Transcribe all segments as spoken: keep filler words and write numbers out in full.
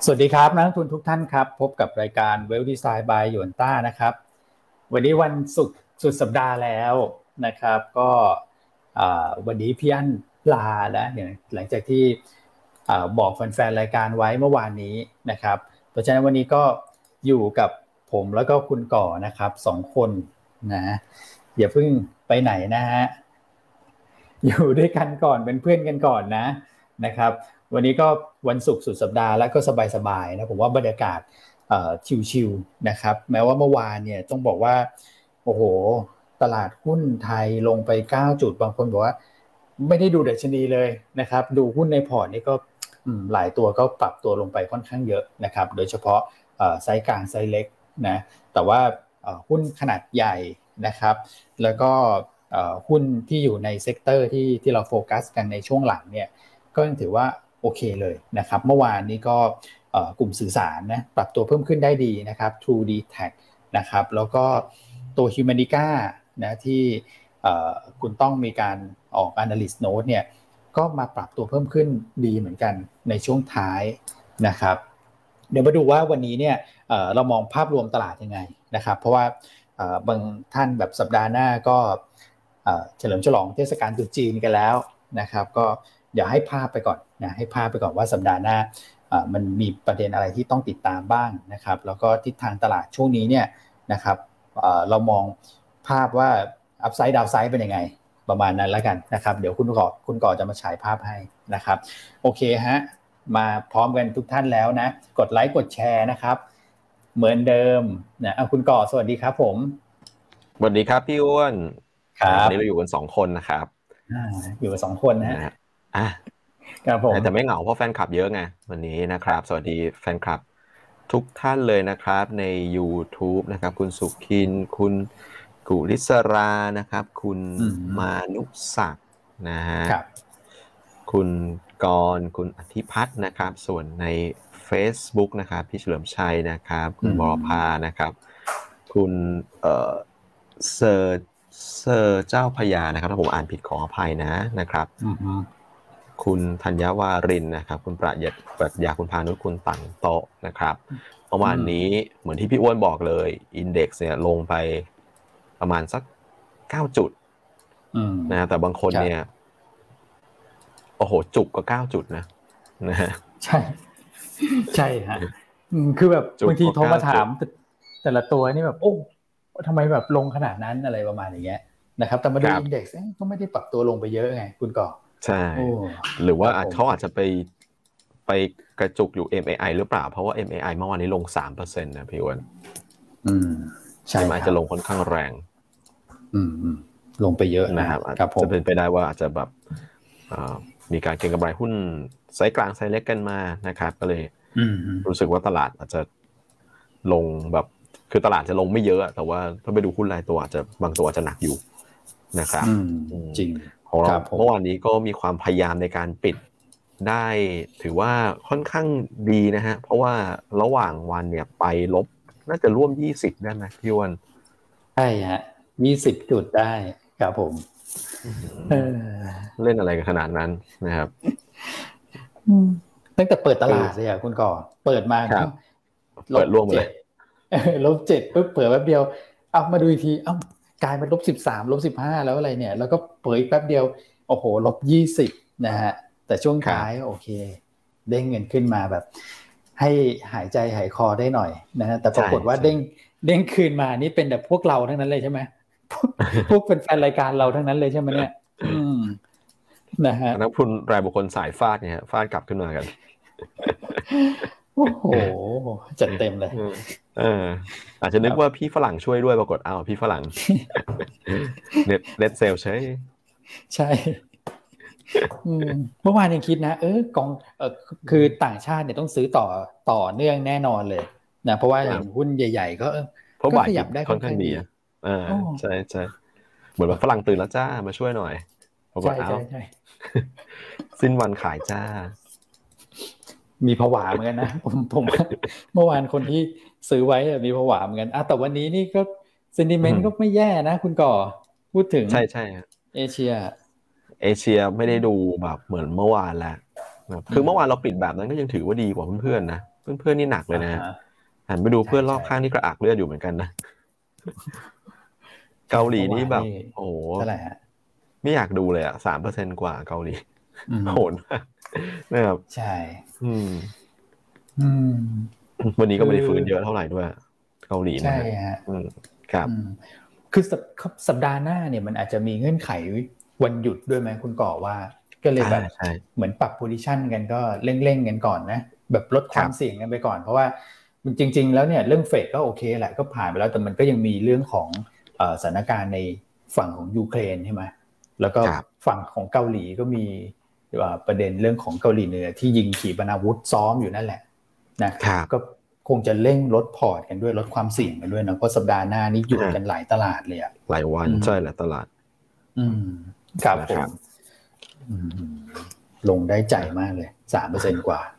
สวัสดีครับนักลงทุนทุกท่านครับพบกับรายการ Wealth Design by หยวนต้านะครับวันนี้วันศุกร์สุดสัปดาห์แล้วนะครับก็วันนี้พี่อั้นลาแล้วอย่างหลังจากที่บอกแฟนๆรายการไว้เมื่อวานนี้นะครับเพราะฉะนั้นวันนี้ก็อยู่กับผมแล้วก็คุณก่อนะครับสองคนนะอย่าเพิ่งไปไหนนะฮะอยู่ด้วยกันก่อนเป็นเพื่อนกันก่อนนะนะครับวันนี้ก็วันศุกร์สุดสัปดาห์แล้วก็สบายๆนะผมว่าบรรยากาศชิลๆนะครับแม้ว่าเมื่อวานเนี่ยต้องบอกว่าโอ้โหตลาดหุ้นไทยลงไปเก้าจุดบางคนบอกว่าไม่ได้ดูดัชนีเลยนะครับดูหุ้นในพอร์ตนี่ก็หลายตัวก็ปรับตัวลงไปค่อนข้างเยอะนะครับโดยเฉพาะไซส์กลางไซส์เล็กนะแต่ว่าหุ้นขนาดใหญ่นะครับแล้วก็หุ้นที่อยู่ในเซกเตอร์ที่ที่เราโฟกัสกันในช่วงหลังเนี่ยก็ยังถือว่าโอเคเลยนะครับเมื่อวานนี้ก็กลุ่มสื่อสารนะปรับตัวเพิ่มขึ้นได้ดีนะครับ True ดี แท็ก นะครับแล้วก็ตัว Humanica นะที่คุณต้องมีการออก Analyst Note เนี่ยก็มาปรับตัวเพิ่มขึ้นดีเหมือนกันในช่วงท้ายนะครับเดี๋ยวมาดูว่าวันนี้เนี่ยเรามองภาพรวมตลาดยังไงนะครับเพราะว่าบางท่านแบบสัปดาห์หน้าก็เฉลิมฉลองเทศกาลตรุษจีนกันแล้วนะครับก็อย่าให้ภาพไปก่อนนะให้ภาพไปก่อนว่าสัปดาห์หน้ามันมีประเด็นอะไรที่ต้องติดตามบ้างนะครับแล้วก็ทิศทางตลาดช่วงนี้เนี่ยนะครับเรามองภาพว่าอัพไซด์ดาวไซด์เป็นยังไงประมาณนั้นแล้วกันนะครับเดี๋ยวคุณก่อคุณก่อจะมาฉายภาพให้นะครับโอเคฮะมาพร้อมกันทุกท่านแล้วนะกดไลค์กดแชร์นะครับเหมือนเดิมนะเอาคุณก่อสวัสดีครับผมสวัสดีครับพี่อ้วนครับวันนี้เราอยู่กันสองคนนะครับอยู่กันสองคนนะอ่ะครับผมแต่ไม่เหงาเพราะแฟนคลับเยอะไงวันนี้นะครับสวัสดีแฟนคลับทุกท่านเลยนะครับใน YouTube นะครับคุณสุขินคุณกุลิศรานะครับคุณมานุศักดิ์นะฮะคุณกรณ์คุณอธิพัฒน์นะครับส่วนใน Facebook นะครับพี่เฉลิมชัยนะครับคุณบรพานะครับคุณเอ่อเซอร์เซอร์เจ้าพญานะครับถ้าผมอ่านผิดขออภัยนะนะครับคุณธัญวารินนะครับคุณปรัชญาปรัชญาคุณพานุชคุณตังโตนะครับเมื่อวานนี้เหมือนที่พี่อ้วนบอกเลยอินเด็กซ์เนี่ยลงไปประมาณสักเก้าจุดนะแต่บางคนเนี่ยโอ้โหจุกก็เก้าจุดนะนะฮะใช่ใช่ฮะคือแบบบางทีโทรมาถามแต่ละตัวนี่แบบโอ้ทำไมแบบลงขนาดนั้นอะไรประมาณอย่างเงี้ยนะครับแต่มาดูอินเด็กซ์ก็ไม่ได้ปรับตัวลงไปเยอะไงคุณก่อใช่หรือว่าเขาอาจจะไปไปกระจุกอยู่ เอ็ม เอ ไอ หรือเปล่าเพราะว่า เอ็ม เอ ไอ เมื่อวานนี้ลง สามเปอร์เซ็นต์ นะพี่อ้วนอืมใช่เอ็ม เอ ไอ จะลงค่อนข้างแรงอืมลงไปเยอะนะครับจะเป็นไปได้ว่าอาจจะแบบมีการเก็งกำไรหุ้นไซส์กลางไซส์เล็กกันมานะครับก็เลยรู้สึกว่าตลาดอาจจะลงแบบคือตลาดจะลงไม่เยอะแต่ว่าถ้าไปดูหุ้นรายตัวอาจจะบางตัวอาจจะหนักอยู่นะครับจริงของเราเมื่อวานนี้ก็มีความพยายามในการปิดได้ถือว่าค่อนข้างดีนะฮะเพราะว่าระหว่างวันเนี่ยไปลบน่าจะร่วมยี่สิบได้ไหมพี่วันใช่ฮะยี่สิบจุดได้ครับผมเล่นอะไรกันขนาดนั้นนะครับตั้งแต่เปิดตลาดเลยอ่ะคุณก่อเปิดมาก็เปิดร่วมเลยลบเจ็ดปุ๊บเปิดแป๊บเดียวเอามาดูอีกทีเอ้ากลายเป็นลบสิบสามลบสิบห้าแล้วอะไรเนี่ยแล้วก็เปิดแป๊บเดียวโอ้โหลบยี่สิบนะฮะแต่ช่วงท้ายโอเคเด้งเงินขึ้นมาแบบให้หายใจหายคอได้หน่อยนะฮะแต่ปรากฏว่าเด้งเด้งคืนมานี่เป็นแบบพวกเราทั้งนั้นเลยใช่ไหมพวกเป็นแฟนรายการเราทั้งนั้นเลยใช่ไหมเนี่ยนะฮะนักทุนรายบุคคลสายฟาดเนี่ยฟาดกลับขึ้นมากันโอ้โหจัดเต็มเลยเอออาจจะนึกว่าพี่ฝรั่งช่วยด้วยปรากฏอ้าวพี่ฝรั่งเน็ตเน็ตเซลใช่ใช่เมื่อวานยังคิดนะเออกองเออคือต่างชาติเนี่ยต้องซื้อต่อต่อเนื่องแน่นอนเลยนะเพราะว่าเห็นหุ้นใหญ่ๆก็เพราะบาทขยับได้ค่อนข้างดีอ่าใช่ใช่เหมือนแบบฝรั่งตื่นแล้วจ้ามาช่วยหน่อยปรากฏอ้าวสิ้นวันขายจ้ามีผวาเหมือนกันนะผมผมเมื่อวานคนที่ซื้อไว้มีผวาเหมือนกันอ่ะแต่วันนี้นี่ก็เซนติเมนต์ก็ไม่แย่นะคุณก่อพูดถึงใช่ใช่เอเชียเอเชียไม่ได้ดูแบบเหมือนเมื่อวานแล้วคือเมื่อวานเราปิดแบบนั้นก็ยังถือว่าดีกว่าเพื่อนๆนะเพื่อนๆนี่หนักเลยนะหันไปดูเพื่อนรอบข้างนี่กระอักเลือดอยู่เหมือนกันนะเกาหลีนี่แบบโอ้โหเท่าไหร่ฮะไม่อยากดูเลยอ่ะสามเปอร์เซ็นต์กว่าเกาหลีโหดมากนะครับใช่อืมอืมวันนี้ก็ไม่ได้ฟื้นเยอะเท่าไหร่ด้วยเกาหลีนะใช่ฮะอืมครับคือสัปดาห์หน้าเนี่ยมันอาจจะมีเงื่อนไขวันหยุดด้วยไหมคุณก่อว่าก็เลยแบบเหมือนปรับโพซิชันกันก็เร่งๆกันก่อนนะแบบลดความเสี่ยงกันไปก่อนเพราะว่าจริงๆแล้วเนี่ยเรื่องเฟดก็โอเคแหละก็ผ่านไปแล้วแต่มันก็ยังมีเรื่องของสถานการณ์ในฝั่งของยูเครนใช่ไหมแล้วก็ฝั่งของเกาหลีก็มีประเด็นเรื่องของเกาหลีเหนือที่ยิงขีปนาวุธซ้อมอยู่นั่นแหละนะก็คงจะเร่งลดพอร์ตกันด้วยลดความเสี่ยงกันด้วยนะเพราะสัปดาห์หน้านี้หยุดกันหลายตลาดเลยอะหลายวันใช่หลายตลาดอืมครับผมลงได้ใจมากเลยสามเปอร์เซ็นต์กว่า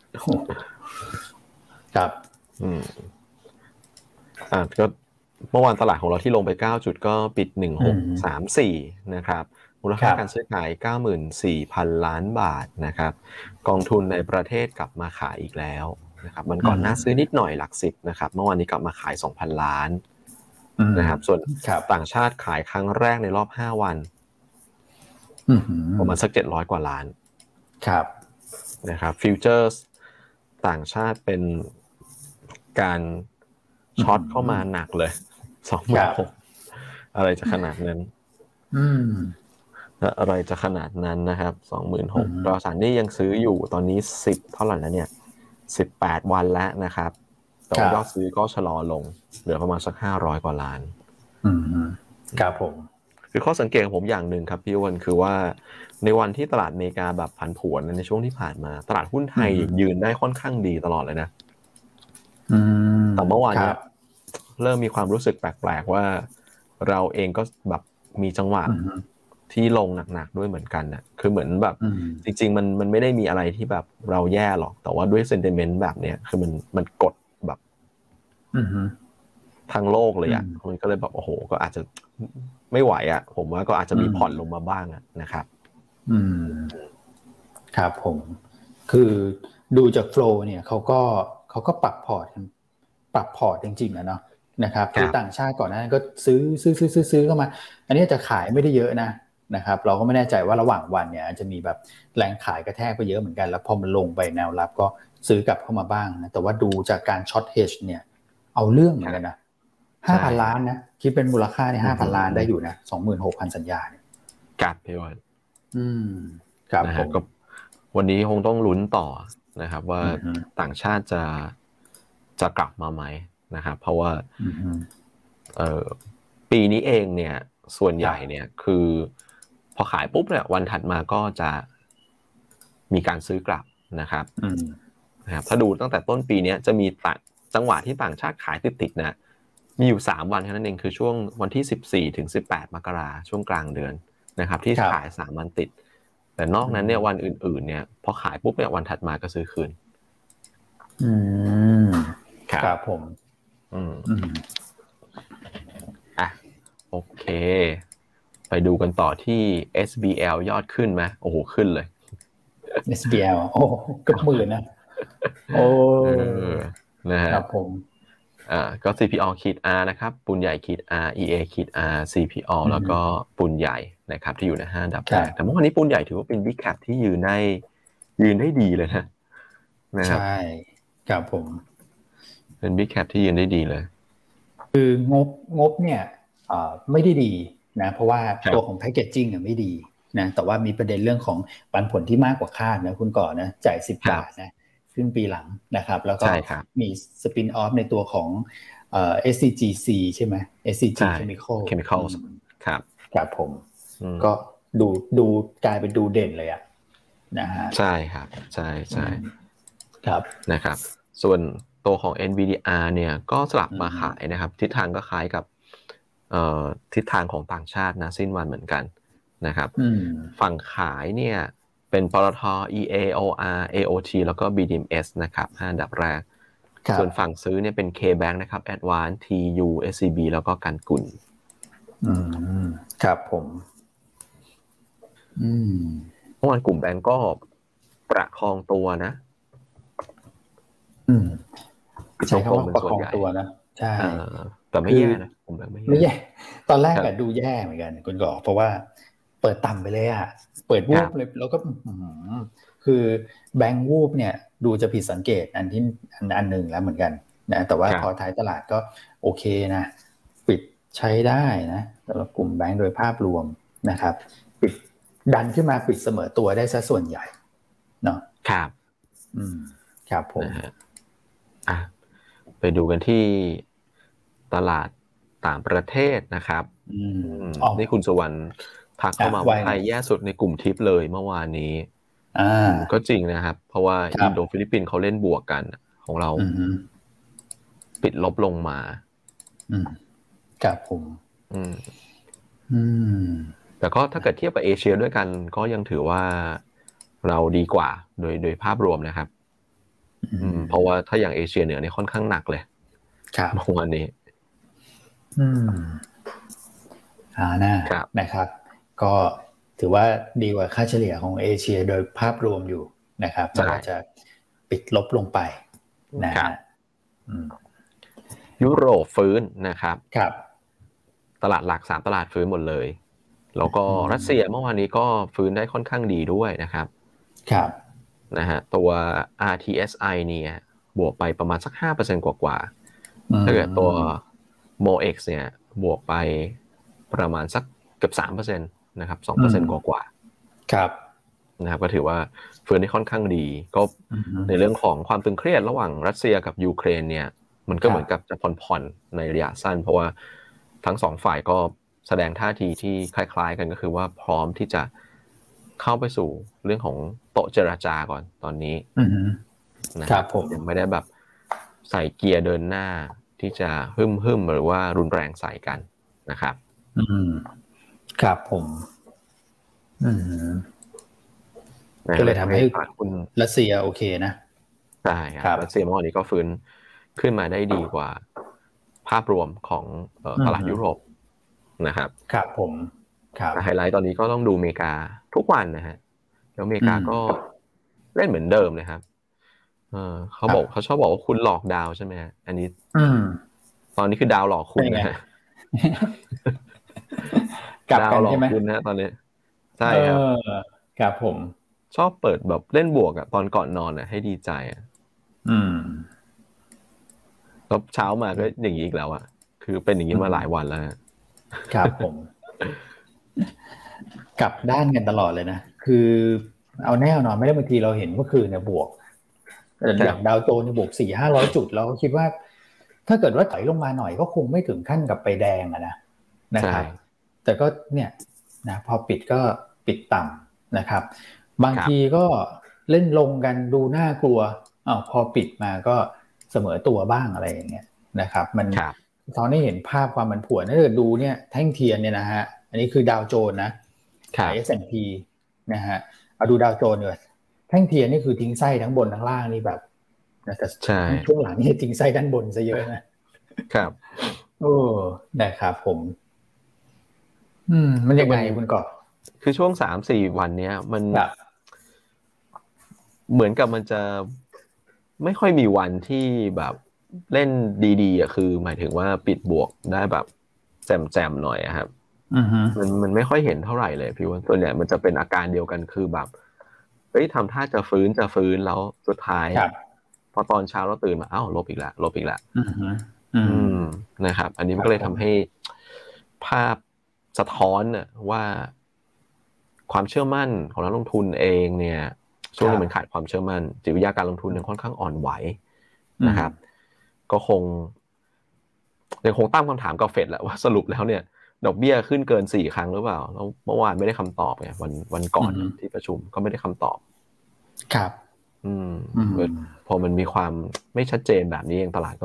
ครับอืมอ่าก็เมื่อวานตลาดของเราที่ลงไปเก้าจุดก็ปิดหนึ่งพันหกร้อยสามสิบสี่นะครับมูลค่าการซื้อขาย เก้าหมื่นสี่พัน ล้านบาทนะครับกองทุนในประเทศกลับมาขายอีกแล้วนะครับมันก่อนหน้าซื้อนิดหน่อยหลักสิบนะครับเมื่อวานนี้กลับมาขาย สองพัน ล้านนะครับส่วนต่างชาติขายครั้งแรกในรอบห้าวันประมาณสักเจ็ดร้อยกว่าล้านครับนะครับฟิวเจอร์สต่างชาติเป็นการช็อตเข้ามาหนักเลย สองหมื่นหกพัน อะไรจะขนาดนั้นอืมอะไรจะขนาดนั้นนะครับ สองหมื่นหกพัน ตราสารนี่ยังซื้ออยู่ตอนนี้สิบเท่าไหร่แล้วเนี่ยสิบแปดวันแล้วนะครับแต่ว่ายอดซื้อก็ชะลอลงเหลือประมาณสักห้าร้อยกว่าล้านอืมครับผมคือข้อสังเกตของผมอย่างหนึ่งครับพี่อ้วนคือว่าในวันที่ตลาดอเมริกาแบบผันผวนในช่วงที่ผ่านมาตลาดหุ้นไทยยืนได้ค่อนข้างดีตลอดเลยนะแต่เมื่อวานนี้เริ่มมีความรู้สึกแปลกๆว่าเราเองก็แบบมีจังหวะที่ลงหนักๆด้วยเหมือนกันนะคือเหมือนแบบจริงๆมันมันไม่ได้มีอะไรที่แบบเราแย่หรอกแต่ว่าด้วยเซนติเมนต์แบบเนี้ยคือมันมันกดแบบทางโลกเลยอ่ะมันก็เลยแบบโอ้โหก็อาจจะไม่ไหวอ่ะผมว่าก็อาจจะมีผ่อนลงมาบ้างนะครับอืมครับผมคือดูจากโฟลว์เนี่ยเขาก็เขาก็ปรับพอร์ตปรับพอร์ตจริงๆนะเนาะนะครับคือต่างชาติก่อนหน้านั้นก็ซื้อซื้อซื้อซื้อซื้อเข้ามาอันนี้จะขายไม่ได้เยอะนะนะครับเราก็ไม่แน่ใจว่าระหว่างวันเนี่ยจะมีแบบแรงขายกระแทกไปเยอะเหมือนกันแล้วพอมันลงไปแนวรับก็ซื้อกลับเข้ามาบ้างนะแต่ว่าดูจากการช็อตเฮดเนี่ยเอาเรื่องเหมือนกันนะห้าพันล้านนะคิดเป็นมูลค่าในห้าพันล้านได้อยู่นะสองหมื่นหกพันสัญญาเนี่ยกับพี่วันอืมครับผมก็วันนี้คงต้องลุ้นต่อนะครับว่าต่างชาติจะจะกลับมาไหมนะครับเพราะว่าเอ่อปีนี้เองเนี่ยส่วนใหญ่เนี่ยคือพอขายปุ๊บเนี่ยวันถัดมาก็จะมีการซื้อกลับนะครับนะครับถ้าดูตั้งแต่ต้นปีนี้จะมีจังหวะที่ต่างชาติขายติดๆนะมีอยู่สามวันแค่นั้นเองคือช่วงวันที่สิบสี่ถึงสิบแปดมกราคมช่วงกลางเดือนนะครับที่ขายสามวันติดแต่นอกนั้นเนี่ยวันอื่นๆเนี่ยพอขายปุ๊บเนี่ยวันถัดมาก็ซื้อคืนอืมครับผมอืมอ่ะโอเคไปดูกันต่อที่ เอส บี แอล ยอดขึ้นไหมโอ้โหขึ้นเลยเอส บี แอล โอ้เกือบหมื่นนะโอ้นะฮะครับผมอ่าก็ ซี พี อ ขีด R นะครับปูนใหญ่ขีด R อี เอ ขีด R ซี พี อ แล้วก็ปูนใหญ่นะครับที่อยู่ในห้าอันดับแรกแต่เมื่อวานนี้ปูนใหญ่ถือว่าเป็น Big Cap ที่ยืนได้ยืนได้ดีเลยนะนะครับใช่ครับผมเป็น Big Cap ที่ยืนได้ดีเลยคืองบงบเนี่ยอ่าไม่ได้ดีนะเพราะว่าตัวของแพคเกจจิ้งอ่ะไม่ดีนะแต่ว่ามีประเด็นเรื่องของปันผลที่มากกว่าคาดนะคุณก่อนนะจ่ายสิบบาทนะครึ่งปีหลังนะครับแล้วก็มีสปินออฟในตัวของเอ่อ เอส ซี จี ซี ใช่ไหม เอส ซี จี Chemical Chemicals ครับครับผมก็ดูดูกลายเป็นดูเด่นเลยอ่ะนะฮะใช่ครับใช่ใช่ครับนะครับส่วนตัวของ เอ็น วี ดี อาร์ เนี่ยก็สลับมาขายนะครับทิศทางก็คล้ายกับเอ่อทิศทางของต่างชาตินะสิ้นวันเหมือนกันนะครับฝั่งขายเนี่ยเป็นปตท. อี เอ โอ อาร์ เอ โอ ที แล้วก็ บี ดี เอ็ม เอส นะครับห้าอันดับแรกส่วนฝั่งซื้อเนี่ยเป็น K-Bank นะครับ Advance ที ยู เอส ซี บี แล้วก็กันกุลอืมครับผมอืมเมื่อวานกลุ่มแบงก์ก็ประคองตัวนะอืมใช้คำว่าประคองตัวนะใช่แต่ไม่แย่นะผมแบบไม่แย่ไม่แย่ตอนแรกอะดูแย่เหมือนกันคุณก่อเพราะว่าเปิดต่ำไปเลยอะเปิดวูบเลยแล้วก็คือแบงค์วูบเนี่ยดูจะผิดสังเกตอันที่อันอันหนึ่งแล้วเหมือนกันนะแต่ว่าพอท้ายตลาดก็โอเคนะปิดใช้ได้นะสำหรับกลุ่มแบงค์โดยภาพรวมนะครับปิดดันขึ้นมาปิดเสมอตัวได้ซะส่วนใหญ่เนาะครับอืมครับผมอ่ะไปดูกันที่ตลาดต่างประเทศนะครับนี่คุณสุวรรณทักเข้ามาว่าไทยแย่สุดในกลุ่มทิปเลยเมื่อวานนี้ก็จริงนะครับเพราะว่าอินโดฟิลิปปินส์เขาเล่นบวกกันของเราปิดลบลงมาครับผมแต่ก็ถ้าเกิดเทียบกับเอเชียด้วยกันก็ยังถือว่าเราดีกว่าโดยโดยภาพรวมนะครับเพราะว่าถ้าอย่างเอเชียเหนือเนี่ยค่อนข้างหนักเลยเมื่อวานนี้อืมอ่าน่านะครับก็ถือว่าดีกว่าค่าเฉลี่ยของเอเชียโดยภาพรวมอยู่นะครับแล้วก็จะปิดลบลงไปนะฮะยุโรปฟื้นนะครับครับตลาดหลักสามตลาดฟื้นหมดเลยแล้วก็รัสเซียเมื่อวานนี้ก็ฟื้นได้ค่อนข้างดีด้วยนะครับครับนะฮะตัว อาร์ ที เอส ไอ เนี่ยบวกไปประมาณสัก ห้าเปอร์เซ็นต์ กว่าๆถ้าเกิดตัว โม เอ็กซ์ เนี่ยบวกไปประมาณสักเกือบ สามเปอร์เซ็นต์ นะครับ สองเปอร์เซ็นต์ กว่าๆครับนะครับก็ถือว่าฟื้นได้ค่อนข้างดีก็ในเรื่องของความตึงเครียดระหว่างรัสเซียกับยูเครนเนี่ยมันก็เหมือนกับจะผ่อนๆในระยะสั้นเพราะว่าทั้งสองฝ่ายก็แสดงท่าทีที่คล้ายๆกันก็คือว่าพร้อมที่จะเข้าไปสู่เรื่องของโต๊ะเจรจาก่อนตอนนี้นะครับผมยังไม่ได้แบบใส่เกียร์เดินหน้าที่จะหึ่มหึ่มหรือว่ารุนแรงใส่กันนะครับอืมครับผมอืมก็เลยทำให้คุณรัสเซียโอเคนะใช่ครับรัสเซียเมื่อวานนี้ก็ฟื้นขึ้นมาได้ดีกว่าภาพรวมของตลาดยุโรปนะครับครับผมครับไฮไลท์ตอนนี้ก็ต้องดูอเมริกาทุกวันนะฮะแล้วอเมริกาก็เล่นเหมือนเดิมเลยครับเออเขาบอกเขาชอบบอกว่าคุณหลอกดาวใช่ไหมอันนี้ตอนนี้คือดาวหลอกคุณนะฮะดาวหลอกคุณนะตอนนี้ใช่ครับครับผมชอบเปิดแบบเล่นบวกอะตอนก่อนนอนอะให้ดีใจอะอืมแล้วเช้ามาก็อย่างนี้อีกแล้วอะคือเป็นอย่างนี้มาหลายวันแล้วครับผมกลับด้านกันตลอดเลยนะคือเอาแน่นอนไม่ได้บางทีเราเห็นเมื่อคืนเนี่ยบวกอย่างดาวโจนส์บวกสี่ห้าร้อยจุดเราก็คิดว่าถ้าเกิดว่าถอยลงมาหน่อยก็คงไม่ถึงขั้นกับไปแดงอะนะนะครับแต่ก็เนี่ยนะพอปิดก็ปิดต่ำนะครับบางทีก็เล่นลงกันดูน่ากลัวอ้าวพอปิดมาก็เสมอตัวบ้างอะไรอย่างเงี้ยนะครับมันตอนนี้เห็นภาพความผันผวนถ้าเกิดดูเนี่ยแท่งเทียนเนี่ยนะฮะอันนี้คือดาวโจนส์นะขาย เอส แอนด์ พี นะฮะเอาดูดาวโจนส์เลยแท่งเทียนนี่คือทิ้งไส้ทั้งบนทั้งล่างนี่แบบแต่ช่วงหลังนี่ทิ้งไส้ด้านบนซะเยอะนะครับโอ้นะครับผมอืมมันยังไงคุณก่อคือช่วง สามสี่ วันเนี้ยมันเหมือนกับมันจะไม่ค่อยมีวันที่แบบเล่นดีๆอ่ะคือหมายถึงว่าปิดบวกได้แบบแจมๆหน่อยครับมันมันไม่ค่อยเห็นเท่าไหร่เลยพี่ว่าส่วนใหญ่มันจะเป็นอาการเดียวกันคือแบบเฮ้ยทำท่าจะฟื้นจะฟื้นแล้วสุดท้ายพอตอนเช้าเราตื่นมาอ้าวลบอีกแล้วลบอีกแล้วอืมนะครับอันนี้มันก็เลยทำให้ภาพสะท้อนน่ะว่าความเชื่อมั่นของนักลงทุนเองเนี่ยช่วงนี้มันขาดความเชื่อมั่นจิตวิทยาการลงทุนยังค่อนข้างอ่อนไหวนะครับก็คงยังคงตั้งคำถามกับเฟดแหละว่าสรุปแล้วเนี่ยดอกเบี้ยขึ้นเกินสี่ครั้งหรือเปล่าแล้วเมื่อวานไม่ได้คำตอบไงวันวันก่อนที่ประชุมก็ไม่ได้คำตอบครับอืมพอมันมีความไม่ชัดเจนแบบนี้เองตลาดก็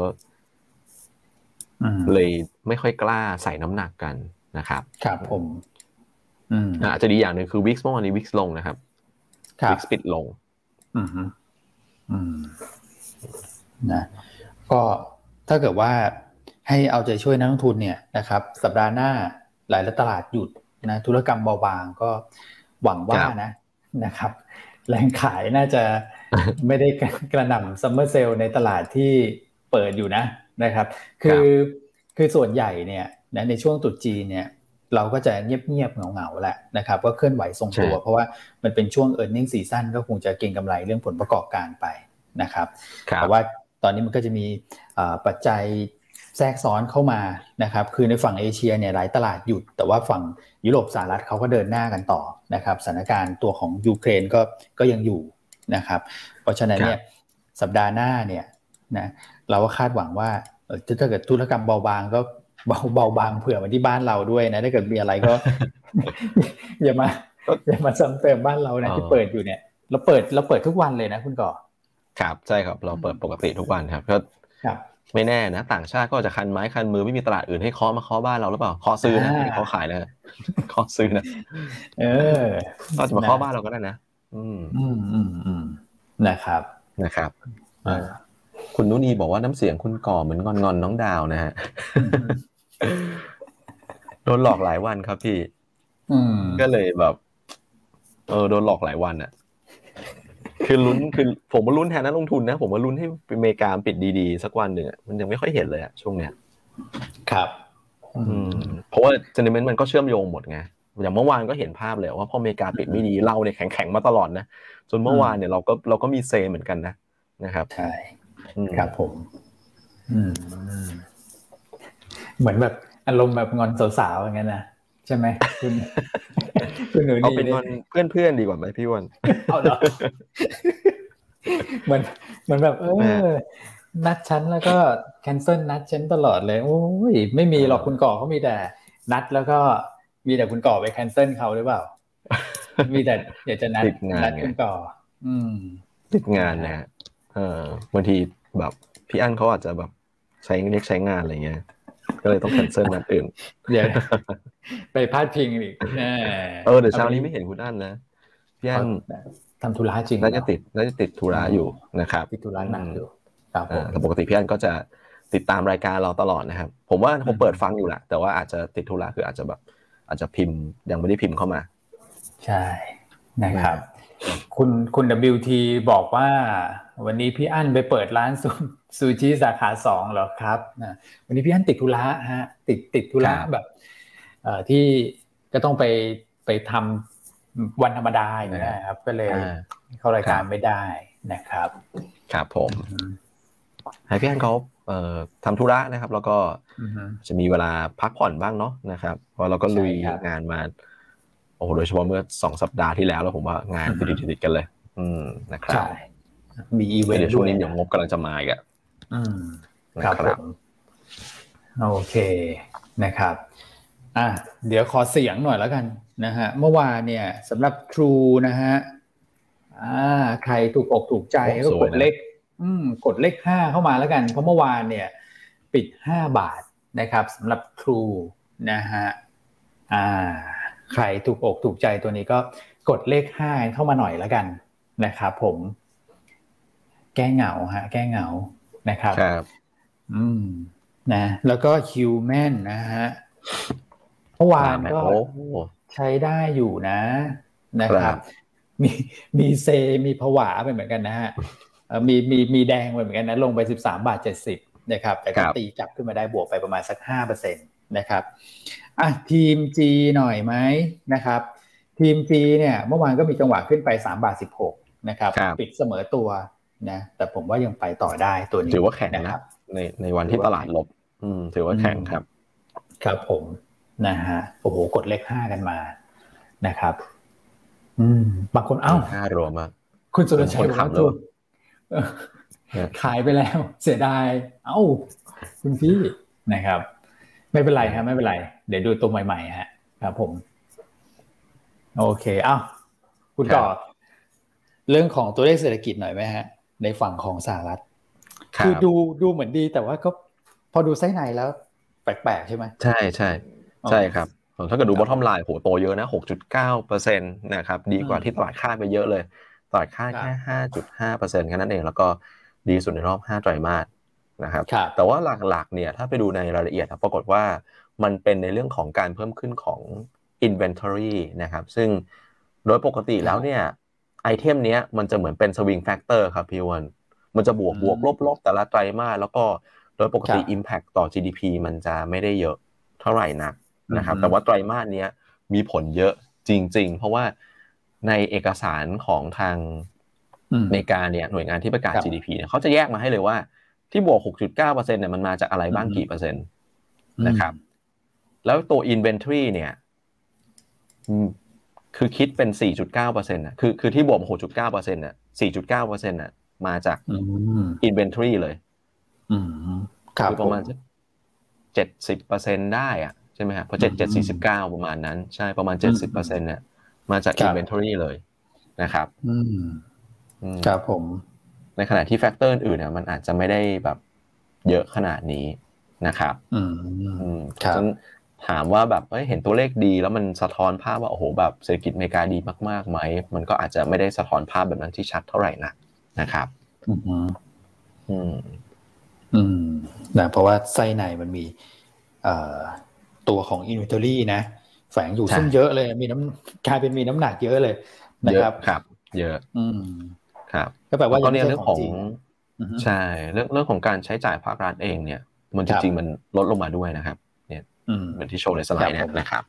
เลยไม่ค่อยกล้าใส่น้ำหนักกันนะครับครับผมอาจจะดีอย่างหนึ่งคือวิกซ์เมื่อวานนี้วิกซ์ลงนะครับวิกซ์ปิดลงอืมอืมนะก็ถ้าเกิดว่าให้เอาใจช่วยนักลงทุนเนี่ยนะครับสัปดาห์หน้าหลายตลาดหยุดนะธุรกรรมเบาบางก็หวังว่านะนะครับแรงขายน่าจะไม่ได้กระหน่ำซัมเมอร์เซลในตลาดที่เปิดอยู่นะนะครับคือคือส่วนใหญ่เนี่ยนะในช่วงตรุษจีนเนี่ยเราก็จะเงียบๆเหงาๆแหละนะครับก็เคลื่อนไหวทรงตัวเพราะว่ามันเป็นช่วง earning season ก็คงจะเก็งกำไรเรื่องผลประกอบการไปนะครับแต่ว่าตอนนี้มันก็จะมีปัจจัยแทรกซ้อนเข้ามานะครับคือในฝั่งเอเชียเนี่ยหลายตลาดหยุดแต่ว่าฝั่งยุโรปสหรัฐเขาก็เดินหน้ากันต่อนะครับสถานการณ์ตัวของยูเครนก็ก็ยังอยู่นะครับเพราะฉะนั้นเนี่ยสัปดาห์หน้าเนี่ยนะเราก็คาดหวังว่าถ้าเกิดธุรกรรมเบาบางก็เบาเบาบางเผื่อมาที่บ้านเราด้วยนะถ้าเกิดมีอะไรก็ อย่ามาอย่ามาซ้ำเติมบ้านเรานะที่เปิดอยู่เนี่ยเราเปิดเราเปิดทุกวันเลยนะคุณก่อครับใช่ครับเราเปิดปกติทุกวันครับก็ไม่แน่นะต่างชาติก็จะคันไม้คันมือไม่มีตลาดอื่นให้เคาะมาเคาะบ้านเราหรือเปล่าเคาะซื้อนะไม่เคาะขายนะเคาะซื้อนะเออก็จะมาเคาะบ้านเราก็ได้นะอืมอืมอืมอืมนะครับนะครับคุณนุนีบอกว่าน้ำเสียงคุณก่อเหมือนงอนงอนน้องดาวนะฮะโดนหลอกหลายวันครับพี่ก็เลยแบบเออโดนหลอกหลายวันอ่ะคือลุ้นคือผมมาลุ้นแทนนักลงทุนนะผมมาลุ้นให้อเมริกาปิดดีๆสักวันหนึ่งมันยังไม่ค่อยเห็นเลยอะช่วงเนี้ยครับเพราะว่าเซนติเมนต์มันก็เชื่อมโยงหมดไงอย่างเมื่อวานก็เห็นภาพเลยว่าพออเมริกาปิดไม่ดีเราเนี่ยแข็งๆมาตลอดนะจนเมื่อวานเนี่ยเราก็เราก็มีเซเหมือนกันนะนะครับใช่ครับผมเหมือนแบบอารมณ์แบบงอนสาวๆอย่างนั้นนะใช่ไหมคุณคุณหนูนี่เอาเป็นงอนเพื่อนๆดีกว่าไหมพี่วันเอาเหรอเหมือนเหมือนแบบเออนัดฉันแล้วก็แคนเซิลนัดฉันตลอดเลยโอ้ยไม่มีหรอกคุณก่อเขามีแต่นัดแล้วก็มีแต่คุณก่อไปแคนเซิลเขาหรือเปล่ามีแต่อยากจะนัดนัดคุณก่ออืมติดงานนะฮะเออบางทีแบบพี่อั้นเขาอาจจะแบบใช้เรียกใช้งานอะไรเงี้ยก็เลยต้องแคนเซิลนัดอื่นเดี๋ยวไปพาดพิงอีกเออเดี๋ยวเช้านี้ไม่เห็นคุณอั้นนะพี่อั้นทำธุระจริงน่าจะติดน่าจะติดธุระอยู่นะครับติดธุระหนักอยู่ครับผมปกติพี่อั้นก็จะติดตามรายการเราตลอดนะครับผมว่าผมเปิดฟังอยู่แหละแต่ว่าอาจจะติดธุระคืออาจจะแบบอาจจะพิมพ์ยังไม่ได้พิมพ์เข้ามาใช่นะครับคุณคุณ ดับเบิลยู ที บอกว่าวันนี้พี่อั้นไปเปิดร้านซูชิสาขาสองเหรอครับนะวันนี้พี่อั้นติดธุระฮะติดติดธุระแบบเอ่อที่ก็ต้องไปไปทำวันธรรมดาอย่างนี้นะครับก็เลยเข้ารายการไม่ได้นะครับครับผมให้พี่อั้นเขาเอ่อทำธุระนะครับแล้วก็จะมีเวลาพักผ่อนบ้างเนาะนะครับเพราะเราก็ลุยงานมาโอ้โหโดยเฉพาะเมื่อสองสัปดาห์ที่แล้วแล้วผมว่างานติดติดกันเลยอืมนะครับใช่มีอีเวนต์ด้วยช่วงนี้เดี๋ยวงบกำลังจะมาอีกอ่ะอืมครับผมโอเคนะครับอ่ะเดี๋ยวขอเสียงหน่อยแล้วกันนะฮะเมื่อวานเนี่ยสำหรับ True นะฮะอ่าใครถูกอกถูกใจก็กดเลขอืมกดเลขห้าเข้ามาแล้วกันเพราะเมื่อวานเนี่ยปิดห้าบาทนะครับสำหรับ True นะฮะอ่าใครถูกอกถูกใจตัวนี้ก็กดเลขห้าเข้ามาหน่อยแล้วกันนะครับผมแก้เหงาฮะแก้เหงานะครับครับอืมนะแล้วก็คิวแมนนะฮะเมื่อวานก็ใช้ได้อยู่นะนะครับมีมีเซมีผวาไปเหมือนกันนะฮะมีมีมีแดงไปเหมือนกันนะลงไปสิบสามบาทเจ็ดสิบนะครับแต่ก็ตีกลับขึ้นมาได้บวกไปประมาณสัก ห้าเปอร์เซ็นต์ นะครับอ่ะทีม G หน่อยไหมนะครับทีม G เนี่ยเมื่อวานก็มีจังหวะขึ้นไปสามบาทสิบหกนะครับปิดเสมอตัวนะแต่ผมว่ายังไปต่อได้ตัวนี้ถือว่าแข็งนะในในวันที่ตลาดลบอืมถือว่าแข็งครับครับผมนะฮะโอ้โหกดเลขห้ากันมานะครับอืมบางคนเอ้าห้ารวมมาคุณสุรชัยบอกว่าตัวขายไปแล้วเสียดายเอ้าคุณพี่นะครับไม่เป็นไรครับไม่เป็นไรเดี๋ยวดูตัวใหม่ๆฮะครับผมโอเคเอ้าคุณก่อเรื่องของตัวเลขเศรษฐกิจหน่อยไหมฮะในฝั่งของสหรัฐคือดูดูเหมือนดีแต่ว่าก็พอดูไส้ในแล้วแปลกๆใช่ไหมใช่ใช่ใช่ครับถ้าเกิดดู bottom line โหโตเยอะนะ หกจุดเก้าเปอร์เซ็นต์ นะครับดีกว่าที่ตลาดคาดไปเยอะเลยตลาดคาดแค่ ห้าจุดห้าเปอร์เซ็นต์ แค่นั้นเองแล้วก็ดีสุดในรอบห้าไตรมาสนะครับแต่ว่าหลักๆเนี่ยถ้าไปดูในรายละเอียดปรากฏว่ามันเป็นในเรื่องของการเพิ่มขึ้นของ inventory นะครับซึ่งโดยปกติแล้วเนี่ยไอเทมเนี้ยมันจะเหมือนเป็นสวิงแฟกเตอร์ครับพี่วันมันจะบวกบวกลบลบแต่ละไตรมาสแล้วก็โดยปกติ impact ต่อ จี ดี พี มันจะไม่ได้เยอะเท่าไหร่นักนะครับแต่ว่าไตรมาสเนี้ยมีผลเยอะจริงๆเพราะว่าในเอกสารของทางอเมริกาเนี่ยหน่วยงานที่ประกาศ จี ดี พี เนี่ยเขาจะแยกมาให้เลยว่าที่บวก หกจุดเก้าเปอร์เซ็นต์ เนี่ยมันมาจากอะไรบ้างกี่เปอร์เซ็นต์นะครับแล้วตัว inventory เนี่ยคือคิดเป็น สี่จุดเก้าเปอร์เซ็นต์ น่ะคือคือที่บวก หกจุดเก้าเปอร์เซ็นต์ น่ะ สี่จุดเก้าเปอร์เซ็นต์ น่ะมาจาก inventory เลยอืมครับประมาณสัก เจ็ดสิบเปอร์เซ็นต์ ได้อ่ะใช่ไหมครับเพราะเจ็ด เจ็ด สี่สิบเก้าประมาณนั้นใช่ประมาณ เจ็ดสิบเปอร์เซ็นต์ เนี่ยมาจาก inventory เลยนะครับอืมครับผมในขณะที่แฟกเตอร์อื่นเนี่ยมันอาจจะไม่ได้แบบเยอะขนาดนี้นะครับอืมครับถามว่าแบบเห็นตัวเลขดีแล้วมันสะท้อนภาพว่าโอ้โหแบบเศรษฐกิจอเมริกาดีมากๆไหมมันก็อาจจะไม่ได้สะท้อนภาพแบบนั้นที่ชัดเท่าไหร่นักนะครับอืมอืมอืมนะเพราะว่าไส้ในมันมีเอ่อตัวของ inventory นะแฝงอยู่ซึ่งเยอะเลยมีน้ำกลายเป็นมีน้ำหนักเยอะเลยนะครับครับเยอะอืมครับก็แปลว่ายังไม่ใช่ของจริงใช่เรื่องเรื่องของการใช้จ่ายภาครัฐเองเนี่ยมันจริงๆมันลดลงมาด้วยนะครับเนี่ยเหมือนที่โชว์ในสไลด์เนี่ยนะครับ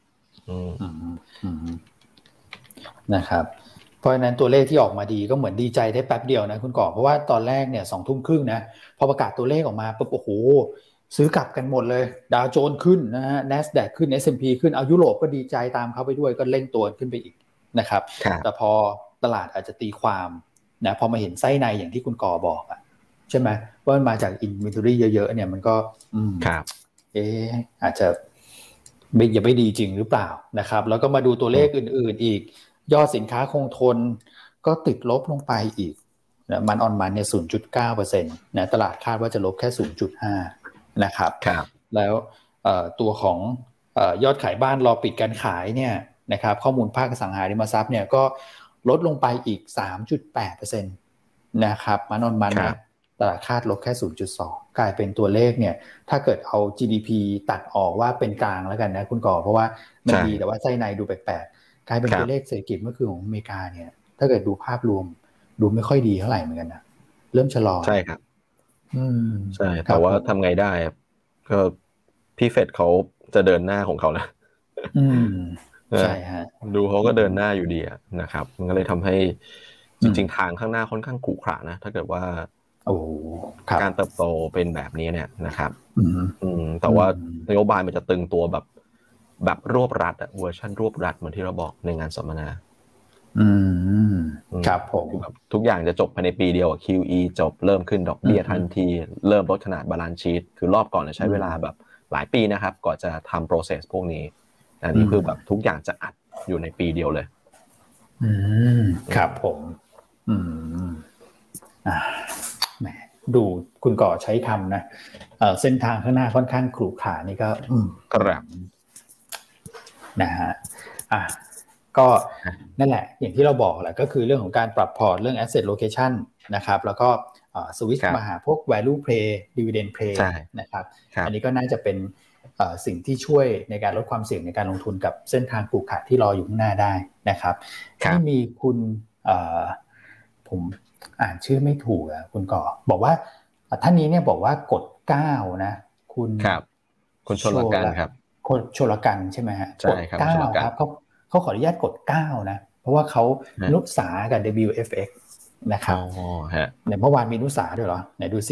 นะครับเพราะฉะนั้นตัวเลขที่ออกมาดีก็เหมือนดีใจได้แป๊บเดียวนะคุณก่อเพราะว่าตอนแรกเนี่ยสองทุ่มครึ่งนะพอประกาศตัวเลขออกมาปุ๊บโอ้โหซื้อกลับกันหมดเลยดาวโจนส์ขึ้นนะฮะ NASDAQ ขึ้น เอส แอนด์ พี ขึ้นเอายุโรปก็ดีใจตามเขาไปด้วยก็เร่งตัวขึ้นไปอีกนะครับแต่พอตลาดอาจจะตีความนะพอมาเห็นไส้ในอย่างที่คุณก่อบอกอ่ะใช่ไหมว่ามันมาจาก inventory เยอะๆเนี่ยมันก็อืมเอ๊ะอาจจะไม่ยังไม่ดีจริงหรือเปล่านะครับแล้วก็มาดูตัวเลขอื่นๆอีกยอดสินค้าคงทนก็ติดลบลงไปอีกนะมันออนมันเนี่ย ศูนย์จุดเก้าเปอร์เซ็นต์ นะตลาดคาดว่าจะลบแค่ ศูนย์จุดห้า นะครับแล้วตัวของยอดขายบ้านรอปิดการขายเนี่ยนะครับข้อมูลภาคอสังหาริมทรัพย์เนี่ยก็ลดลงไปอีก สามจุดแปดเปอร์เซ็นต์ นะครับมันออนมันเนี่ยตลาดคาดลบแค่ ศูนย์จุดสอง กลายเป็นตัวเลขเนี่ยถ้าเกิดเอา จี ดี พี ตัดออกว่าเป็นกลางแล้วกันนะคุณก่อเพราะว่ามันดีแต่ว่าไส้ในดูแปลกๆกลายเป็นตัวเลขเศรษฐกิจเมื่อคืนของอเมริกาเนี่ยถ้าเกิดดูภาพรวมดูไม่ค่อยดีเท่าไหร่เหมือนกันนะเริ่มชะลอใช่ครับอืมใช่แต่ว่าทำไงได้ก็พี่เฟดเขาจะเดินหน้าของเขานะอืมใช่ฮะดูเขาก็เดินหน้าอยู่ดีนะครับมันก็เลยทำให้จริงๆทางข้างหน้าค่อนข้างขรุขระนะถ้าเกิดว่าโอ้การเติบโตเป็นแบบนี้เนี่ยนะครับอืมแต่ว่านโยบายมันจะตึงตัวแบบแบบรวบรัดอะเวอร์ชันรวบรัดเหมือนที่เราบอกในงานสัมมนาอืมครับผมแบบทุกอย่างจะจบภายในปีเดียว คิว อี จบเริ่มขึ้นดอกเบี้ยทันทีเริ่มลดขนาดบาลานซ์ชีทคือรอบก่อนจะใช้เวลาแบบหลายปีนะครับก่อนจะทำ process พวกนี้อันนี้คือแบบทุกอย่างจะอัดอยู่ในปีเดียวเลยอืมครับผมอืมอ่าแหมดูคุณก่อใช้คำนะเอ่อเส้นทางข้างหน้าค่อนข้างขรุขระนี่ก็อืมครับนะฮะอ่ะก็นั่นแหละอย่างที่เราบอกแหละก็คือเรื่องของการปรับพอร์ตเรื่อง asset location นะครับแล้วก็สวิตช์มาหาพวก value play dividend play นะครับอันนี้ก็น่าจะเป็นสิ่งที่ช่วยในการลดความเสี่ยงในการลงทุนกับเส้นทางขรุขระที่รออยู่ข้างหน้าได้นะครับที่มีคุณผมอ่านชื่อไม่ถูกอ่ะคุณก่อบอกว่าท่านนี้เนี่ยบอกว่ากดเก้านะคุณครับคุณชลกันครับคนชลกันใช่ไหมฮะกดเก้าครับเขาเขาขออนุญาตกดเก้านะเพราะว่าเขานุสากับ ดับเบิลยู เอฟ เอ็กซ์ นะครับอ๋อฮะเนี่ยเมื่อวานมีนุสาด้วยเหรอไหนดูซิ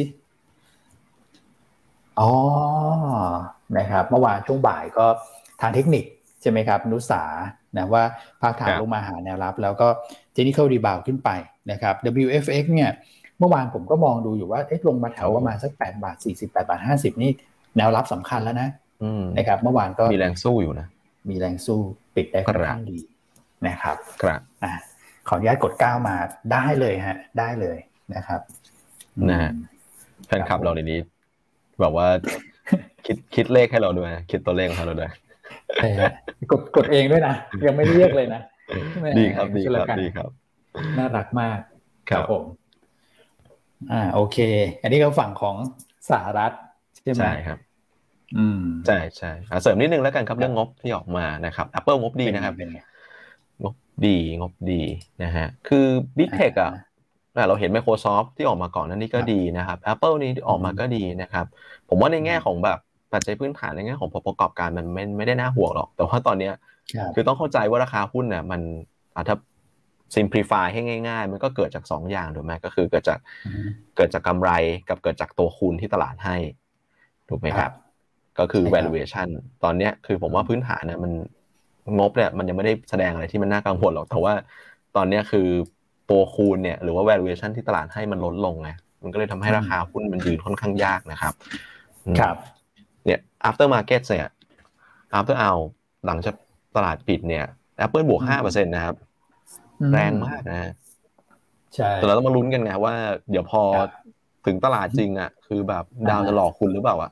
อ๋อนะครับเมื่อวานช่วงบ่ายก็ทางเทคนิคใช่ไหมครับนุสานะว่าภาคฐานลงมาหาแนวรับแล้วก็เทคนิคอลรีบาวด์ขึ้นไปนะครับ ดับเบิลยู เอฟ เอ็กซ์ เนี่ยเมื่อวานผมก็มองดูอยู่ว่าเอ๊ะลงมาแถวประมาณสักแปดบาทสี่สิบ แปดบาทห้าสิบนี่แนวรับสำคัญแล้วนะนะครับเมื่อวานก็มีแรงสู้อยู่นะมีแรงสู้ปิดได้ค่อนข้างดีนะครับครับอ่ะขออนุญาตกดเก้ามาได้เลยฮะได้เลยนะครับนะฮะแฟนคลับเราในนี้แบบว่าคิดคิดเลขให้เราด้วยคิดตัวเลขให้เราด้วยใช่ฮะกดกดเองด้วยนะยังไม่เรียกเลยนะดีครับดีครับดีครับน่ารักมากครับผมอ่าโอเคอันนี้ก็ฝั่งของสหรัฐใช่ไหมใช่ครับอืมใช่ใช่เสริมนิดนึงแล้วกันครับเรื่องงบที่ออกมานะครับ Apple งบดีนะครับดีงบดีนะฮะคือ Big Tech อ่ะเราเห็น Microsoft ที่ออกมาก่อนนั้นนี่ก็ดีนะครับ Apple นี่ออกมาก็ดีนะครับผมว่าในแง่ของแบบปัจจัยพื้นฐานในแง่ของผลประกอบการมันไม่ไม่ได้น่าห่วงหรอกแต่ว่าตอนนี้คือต้องเข้าใจว่าราคาหุ้นเนี่ยมันถ้า simplify ให้ง่ายๆมันก็เกิดจากสองอย่างถูกไหมก็คือเกิดจากเกิดจากกำไรกับเกิดจากตัวคูณที่ตลาดให้ถูกไหมครับก็คือ valuation ตอนนี้คือผมว่าพื้นฐานเนี่ยมันงบเนี่ยมันยังไม่ได้แสดงอะไรที่มันน่ากังวลหรอกแต่ว่าตอนนี้คือตัวคูณเนี่ยหรือว่า valuation ที่ตลาดให้มันลดลงไงมันก็เลยทำให้ราคาหุ้นมันยืนค่อนข้างยากนะครับครับเนี่ย after market เนี่ย after hour หลังจากตลาดปิดเนี่ย Apple บวก ห้าเปอร์เซ็นต์ นะครับแรงมากนะใช่แต่เราต้องมาลุ้นกันไงว่าเดี๋ยวพอถึงตลาดจริงอ่ะคือแบบดาวจะหลอกคุณหรือเปล่าอ่ะ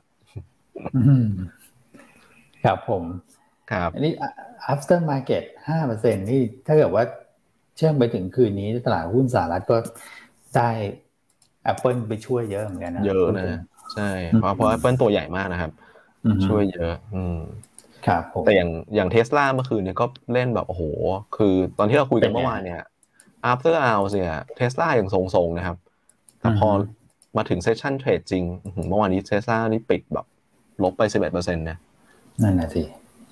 ครับผมครับอันนี้ after market ห้าเปอร์เซ็นต์ นี่ถ้าเกิดว่าเชื่อมไปถึงคืนนี้ตลาดหุ้นสหรัฐก็ได้ Apple ไปช่วยเยอะเหมือนกันนะเยอะนะใช่เพราะเพราะ Apple ตัวใหญ่มากนะครับช่วยเยอะอืมครับผมแต่อย่างอย่าง Tesla เมื่อคืนเนี่ยก็เล่นแบบโอ้โหคือตอนที่เราคุยกันเมื่อวานเนี่ย after hours เนี่ย Tesla ยังทรงๆนะครับแต่พอมาถึงเซสชั่นเทรดจริงเมื่อวานนี้ Tesla นี่ปิดแบบลบไป สิบเอ็ดเปอร์เซ็นต์ นะนั่นน่ะสิ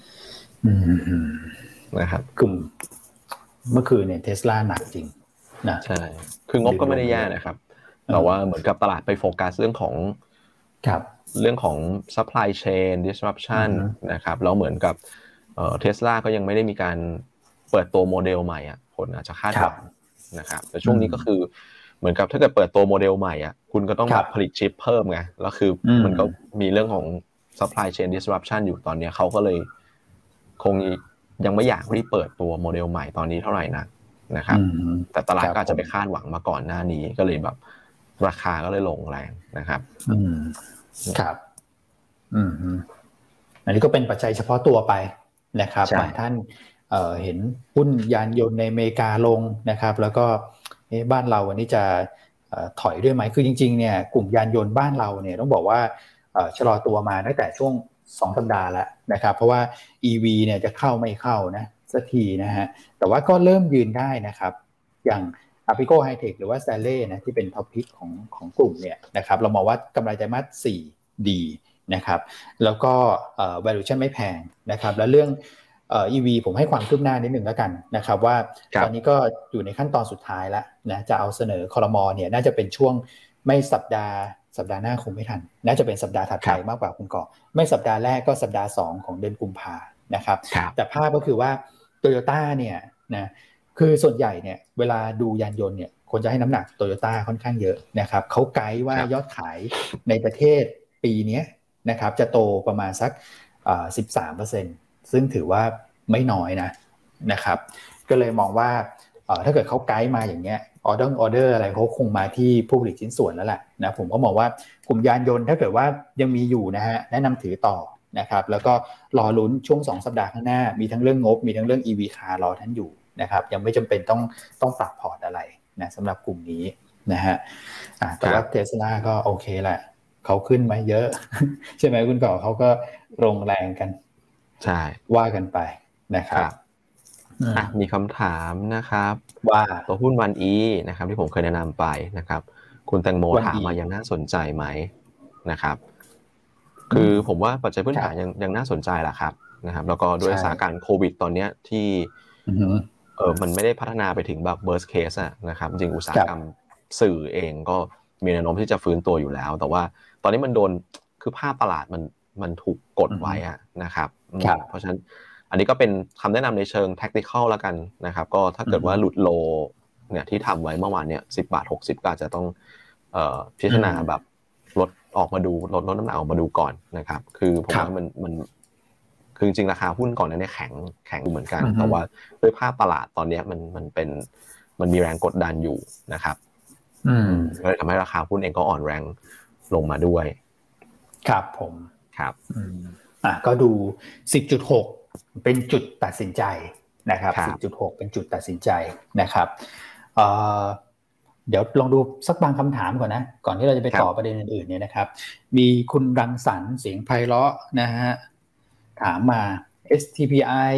นะครับกลุ่มเมื่อคืนเนี่ย Tesla หนักจริงนะใช่คืองบก็ไม่ได้แย่นะครับแต่ว่าเหมือนกับตลาดไปโฟกัสเรื่องของเรื่องของ supply chain disruption นะครับแล้วเหมือนกับเอ่อ Tesla ก็ยังไม่ได้มีการเปิดตัวโมเดลใหม่อ่ะคนอาจจะคาดหวังนะครับแต่ช่วงนี้ก็คือเหมือนกับถ้าเกิดเปิดตัวโมเดลใหม่อ่ะคุณก็ต้องแบบผลิตชิปเพิ่มไงแล้วคือมันก็มีเรื่องของ supply chain disruption อยู่ตอนนี้เขาก็เลยคงยังไม่อยากรีบเปิดตัวโมเดลใหม่ตอนนี้เท่าไหร่นะนะครับแต่ตลาดก็อาจจะไปคาดหวังมาก่อนหน้านี้ก็เลยแบบราคาก็เลยลงแรงนะครับอืมครับอืมอันนี้ก็เป็นปัจจัยเฉพาะตัวไปนะครับบางท่านเอ่อเห็นหุ้นยานยนต์ในอเมริกาลงนะครับแล้วก็บ้านเราวันนี้จะถอยด้วยไหมคือจริงๆเนี่ยกลุ่มยานยนต์บ้านเราเนี่ยต้องบอกว่าชะลอตัวมาตั้งแต่ช่วงสองสัปดาห์แล้วนะครับเพราะว่า อี วี เนี่ยจะเข้าไม่เข้านะสักทีนะฮะแต่ว่าก็เริ่มยืนได้นะครับอย่าง Apico High-Tech หรือว่า Stanley นะที่เป็นท็อปพิกของของกลุ่มเนี่ยนะครับเรามองว่ากำไรไตรมาสสี่ดีนะครับแล้วก็ valuation ไม่แพงนะครับแล้วเรื่อง อี วี ผมให้ความคืบหน้านิดหนึ่งแล้วกันนะครับว่าตอนนี้ก็อยู่ในขั้นตอนสุดท้ายแล้วนะจะเอาเสนอครม.เนี่ยน่าจะเป็นช่วงไม่สัปดาห์สัปดาห์หน้าคงไม่ทันน่าจะเป็นสัปดาห์ถัดไปมากกว่าคุณก่อไม่สัปดาห์แรกก็สัปดาห์สองของเดือนกุมภานะครับแต่ภาพก็คือว่า Toyota เนี่ยนะคือส่วนใหญ่เนี่ยเวลาดูยานยนต์เนี่ยคนจะให้น้ำหนัก Toyota ค่อนข้างเยอะนะครับเขาไกด์ว่ายอดขายในประเทศปีนี้นะครับจะโตประมาณสัก สิบสามเปอร์เซ็นต์ ซึ่งถือว่าไม่น้อยนะนะครับก็เลยมองว่าถ้าเกิดเขาไกด์มาอย่างเงี้ยออเดอร์ออเดอร์อะไรเขาคงมาที่ผู้ผลิตชิ้นส่วนแล้วแหละนะผมก็มองว่ากลุ่มยานยนต์ถ้าเกิดว่ายังมีอยู่นะฮะแนะนำถือต่อนะครับแล้วก็รอลุ้นช่วงสองสัปดาห์ข้างหน้ามีทั้งเรื่องงบมีทั้งเรื่อง อี วี Car รอท่านอยู่นะครับยังไม่จำเป็นต้องต้องปรับพอร์ตอะไรนะสำหรับกลุ่มนี้นะฮะแต่ว่า Tesla ก็โอเคแหละเขาขึ้นมาเยอะใช่ไหมคุณก่อเขาก็ลงแรงกันใช่ว่ากันไปนะครับมีคำถามนะครับว่าตัวหุ้นวันอีนะครับที่ผมเคยแนะนำไปนะครับคุณแตงโมถามมายังน่าสนใจไหมนะครับคือผมว่าปัจจัยพื้นฐานยังยังน่าสนใจแหละครับนะครับแล้วก็ด้วยสถานการณ์โควิดตอนนี้ที่เออมันไม่ได้พัฒนาไปถึงแบบ worst case อะนะครับจริงอุตสาหกรรมสื่อเองก็มีแนวโน้มที่จะฟื้นตัวอยู่แล้วแต่ว่าตอนนี้มันโดนคือภาพตลาดมันมันถูกกดไว้อะนะครับเพราะฉะนั้นอันนี้ก็เป็นคำแนะนำในเชิง tactical แล้วกันนะครับก็ถ้าเกิดว่าหลุดโลเนี่ยที่ทำไว้เมื่อวานเนี่ยสิบบาทหกสิบก็อาจจะต้องเอ่อพิจารณาแบบลดออกมาดูลดลดน้ำหนักออกมาดูก่อนนะครับคือผมว่ามันมันคือจริงๆราคาหุ้นก่อนนั้นเนี่ยแข็งแข็งเหมือนกันแต่ว่าด้วยภาพตลาดตอนนี้มันมันเป็นมันมีแรงกดดันอยู่นะครับก็เลยทำให้ราคาหุ้นเองก็อ่อนแรงลงมาด้วยครับผมครับอ่ะก็ดู สิบจุดหก เป็นจุดตัดสินใจนะครับ สิบจุดหก เป็นจุดตัดสินใจนะครับเอ่อเดี๋ยวลองดูสักบางคำถามก่อนนะก่อนที่เราจะไปต่อประเด็นอื่นๆเนี่ยนะครับมีคุณรังสรรค์เสียงไพเราะนะฮะถามมา เอส ที พี ไอ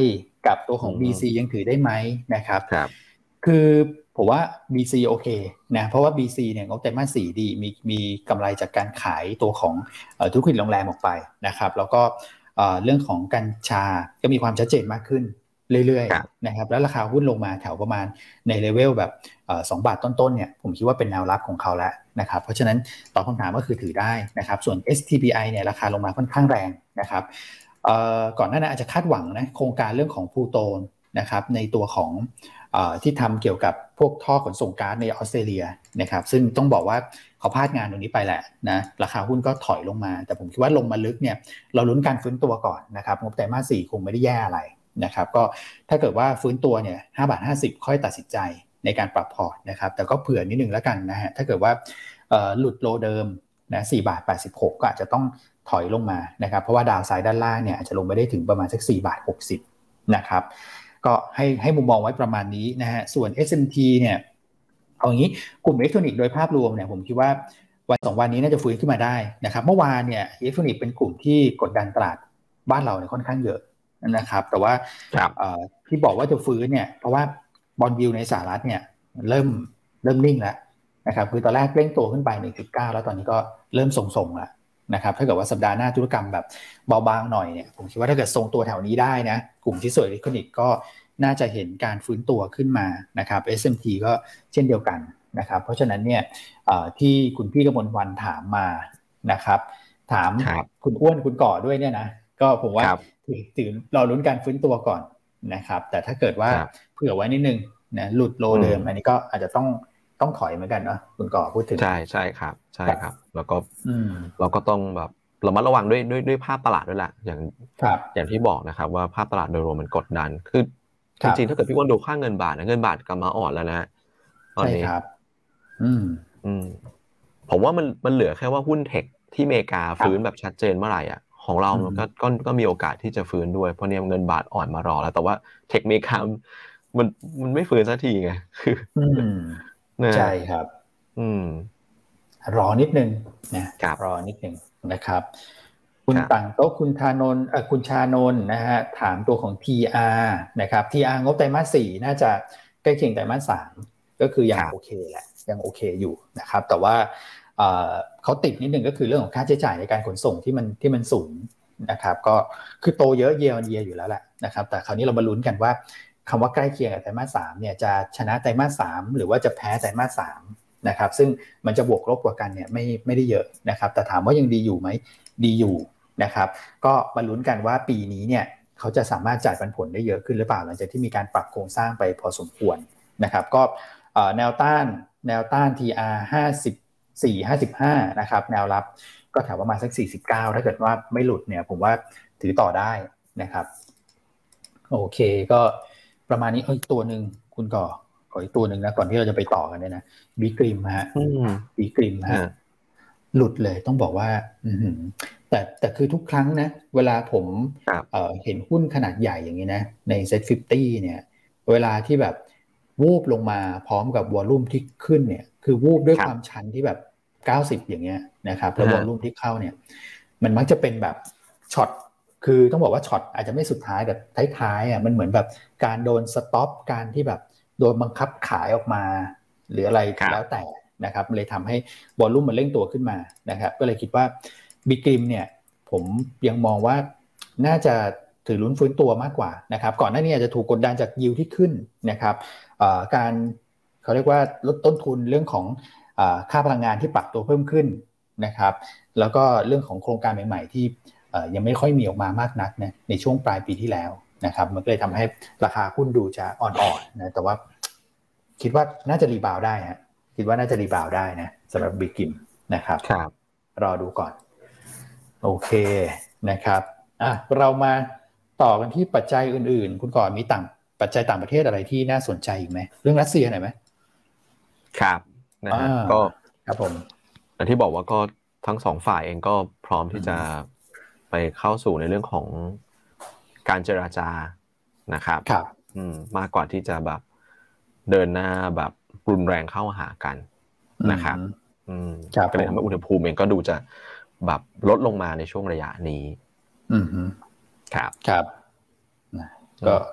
กับตัวของ บี ซี ยังถือได้ไหมนะครับครับคือผมว่า บี ซี โอเคนะเพราะว่า บี ซี เนี่ยงบไตรมาสสี่ดีมีมีกำไรจากการขายตัวของธุรกิจโรงแรมออกไปนะครับแล้วก็เรื่องของกัญชาก็มีความชัดเจนมากขึ้นเรื่อยๆนะครับแล้วราคาหุ้นลงมาแถวประมาณในเลเวลแบบสองบาทต้นๆเนี่ยผมคิดว่าเป็นแนวรับของเขาแล้วนะครับเพราะฉะนั้นตอบคำถามก็คือถือได้นะครับส่วน เอส ที พี ไอ เนี่ยราคาลงมาค่อนข้างแรงนะครับก่อนหน้านั้นอาจจะคาดหวังนะโครงการเรื่องของพลูโตนนะครับในตัวของที่ทำเกี่ยวกับพวกท่อขนส่งก๊าซในออสเตรเลียนะครับซึ่งต้องบอกว่าเขาพลาดงานตรงนี้ไปแหละนะราคาหุ้นก็ถอยลงมาแต่ผมคิดว่าลงมาลึกเนี่ยเราลุ้นการฟื้นตัวก่อนนะครับงบไตรมาสสี่คงไม่ได้แย่อะไรนะครับก็ถ้าเกิดว่าฟื้นตัวเนี่ยห้าบาทห้าสิบค่อยตัดสินใจในการปรับพอร์ตนะครับแต่ก็เผื่อนิดนึงแล้วกันนะฮะถ้าเกิดว่าหลุดโลเดิมนะสี่บาทแปดสิบหกก็อาจจะต้องถอยลงมานะครับเพราะว่าดาวไซด์ด้านล่างเนี่ยอาจจะลงไปได้ถึงประมาณสักสี่บาทหกสิบนะครับก็ให้ให้มุมมองไว้ประมาณนี้นะฮะส่วน เอส เอ็ม ที เนี่ยเอาอย่างนี้กลุ่มอิเล็กทรอนิกส์โดยภาพรวมเนี่ยผมคิดว่าวันสองวันนี้น่าจะฟื้นขึ้นมาได้นะครับเมื่อวานเนี่ยอิเล็กทรอนิกส์เป็นกลุ่มที่กดดันตลาดบ้านเราเนี่ยค่อนข้างเยอะนะครับแต่ว่าที่บอกว่าจะฟื้นเนี่ยเพราะว่าบอนด์ยิลด์ในสหรัฐเนี่ยเริ่มเริ่มนิ่งแล้วนะครับคือตอนแรกเร่งตัวขึ้นไป หนึ่งจุดเก้า แล้วตอนนี้ก็เริ่มทรงๆแล้วนะครับถ้าเกิดว่าสัปดาห์หน้าธุรกรรมแบบเบาบางหน่อยเนี่ยผมคิดว่าถ้าเกิดทรงตัวแถวนี้ได้นะกลุ่มที่สวยอิเล็กทรอนิกส์ก็น่าจะเห็นการฟื้นตัวขึ้นมานะครับ เอส เอ็ม ที ก็เช่นเดียวกันนะครับเพราะฉะนั้นเนี่ยที่คุณพี่กมลวรรณถามมานะครับถามคุณอ้วนคุณก่อด้วยเนี่ยนะก็ผมว่าถือรอลุ้นการฟื้นตัวก่อนนะครับแต่ถ้าเกิดว่าเผื่อไว้นิดนึงนะหลุดโลเดิมอันนี้ก็อาจจะต้องต้องถอยเหมือนกันเนาะคุณก่อพูดถึงใช่ใช่ครับใช่ครับแล้วก็เราก็ต้องแบบเรามาระวังด้วยด้วยด้วยภาพตลาดด้วยแหละอย่างอย่างที่บอกนะครับว่าภาพตลาดโดยรวมมันกดดันคือจริงๆถ้าเกิดพี่อ้วนดูค่าเงินบาทนะเงินบาทกลับมาอ่อนแล้วนะตอนนี้ครับอืมอืมผมว่ามันมันเหลือแค่ว่าหุ้นเทคที่อเมริกาฟื้นแบบชัดเจนเมื่อไหร่อ่ะของเราก็ก็ก็มีโอกาสที่จะฟื้นด้วยเพราะเนี่ยเงินบาทอ่อนมารอแล้วแต่ว่าเทคอเมริกามันมันไม่ฟื้นสักทีไงคืออืมใช่ครับอืมรอนิดนึงนะรอนิดนึงนะครับคุณต่างโต๊ะคุณธานนท์เอ่อคุณชานนท์นะฮะถามตัวของ ที อาร์ นะครับ ที อาร์ งบไตรมาสสี่น่าจะใกล้เคียงไตรมาสสามก็คือยังโอเคแหละยังโอเคอยู่นะครับแต่ว่าเขาติดนิดนึงก็คือเรื่องของค่าใช้จ่ายในการขนส่งที่มันที่มันสูงนะครับก็คือโตเยอะเยียร์เยียร์อยู่แล้วแหละนะครับแต่คราวนี้เรามาลุ้นกันว่าคำว่าใกล้เคียงกับไตรมาสสามเนี่ยจะชนะไตรมาสสามหรือว่าจะแพ้ไตรมาสสามนะครับซึ่งมันจะบวกลบกว่ากันเนี่ยไม่ไม่ได้เยอะนะครับแต่ถามว่ายังดีอยู่ไหมดีอยู่นะครับก็มาลุ้นกันว่าปีนี้เนี่ยเขาจะสามารถจ่ายปันผลได้เยอะขึ้นหรือเปล่าหลังจากที่มีการปรับโครงสร้างไปพอสมควรนะครับก็แนวต้านแนวต้าน ที อาร์ ห้าสิบสี่ ห้าสิบห้านะครับแนวรับก็แถวประมาณสักสี่สิบเก้าถ้าเกิดว่าไม่หลุดเนี่ยผมว่าถือต่อได้นะครับโอเคก็ประมาณนี้เอ้ยตัวนึงคุณก่อขออีกตัวนึงนะก่อนที่เราจะไปต่อกันเนี่ยนะบีกริมฮะบีกริมฮะหลุดเลยต้องบอกว่าแต่แต่คือทุกครั้งนะเวลาผมเอ่อเห็นหุ้นขนาดใหญ่อย่างนี้นะใน เซ็ต ห้าสิบ เนี่ยเวลาที่แบบวูบลงมาพร้อมกับวอลลุ่มที่ขึ้นเนี่ยคือวูบด้วยความชันที่แบบเก้าสิบอย่างเงี้ยนะครับแล้ววอลลุ่มที่เข้าเนี่ยมันมักจะเป็นแบบช็อตคือต้องบอกว่าช็อตอาจจะไม่สุดท้ายแต่ท้ายๆอ่ะมันเหมือนแบบการโดนสต็อปการที่แบบโดนบังคับขายออกมาหรืออะไรแล้วแต่นะครับเลยทำให้วอลลุ่มมันเร่งตัวขึ้นมานะครับก็เลยคิดว่าบิ๊กกริมเนี่ยผมยังมองว่าน่าจะถือลุ้นฟื้นตัวมากกว่านะครับก่อนหน้านี้อาจจะถูกกดดันจากยิวที่ขึ้นนะครับการเขาเรียกว่าลดต้นทุนเรื่องของค่าพลังงานที่ปรับตัวเพิ่มขึ้นนะครับแล้วก็เรื่องของโครงการใหม่ๆที่ยังไม่ค่อยมีออกมามากนักนะในช่วงปลายปีที่แล้วนะครับมันก็เลยทำให้ราคาหุ้นดูจะอ่อนๆนะแต่ว่าคิดว่าน่าจะรีบาวได้ฮะคิดว่าน่าจะรีบาวได้นะสำหรับบิ๊กกิมนะครับครับรอดูก่อนโอเคนะครับอ่ะเรามาต่อกันที่ปัจจัยอื่นๆคุณก่อนมีต่างปัจจัยต่างประเทศอะไรที่น่าสนใจอีกไหมเรื่องรัสเซียหน่อยไหมครับนะฮะก็ครับผมอย่างที่บอกว่าก็ทั้งสองฝ่ายเองก็พร้อมที่จะไปเข้าสู่ในเรื่องของการเจรจานะครับครับอืมมากกว่าที่จะแบบเดินหน้าแบบรุนแรงเข้าหากันนะครับอืมก็เลยทำให้อุณหภูมิเองก็ดูจะแบบลดลงมาในช่วงระยะนี้อืมครับครับก็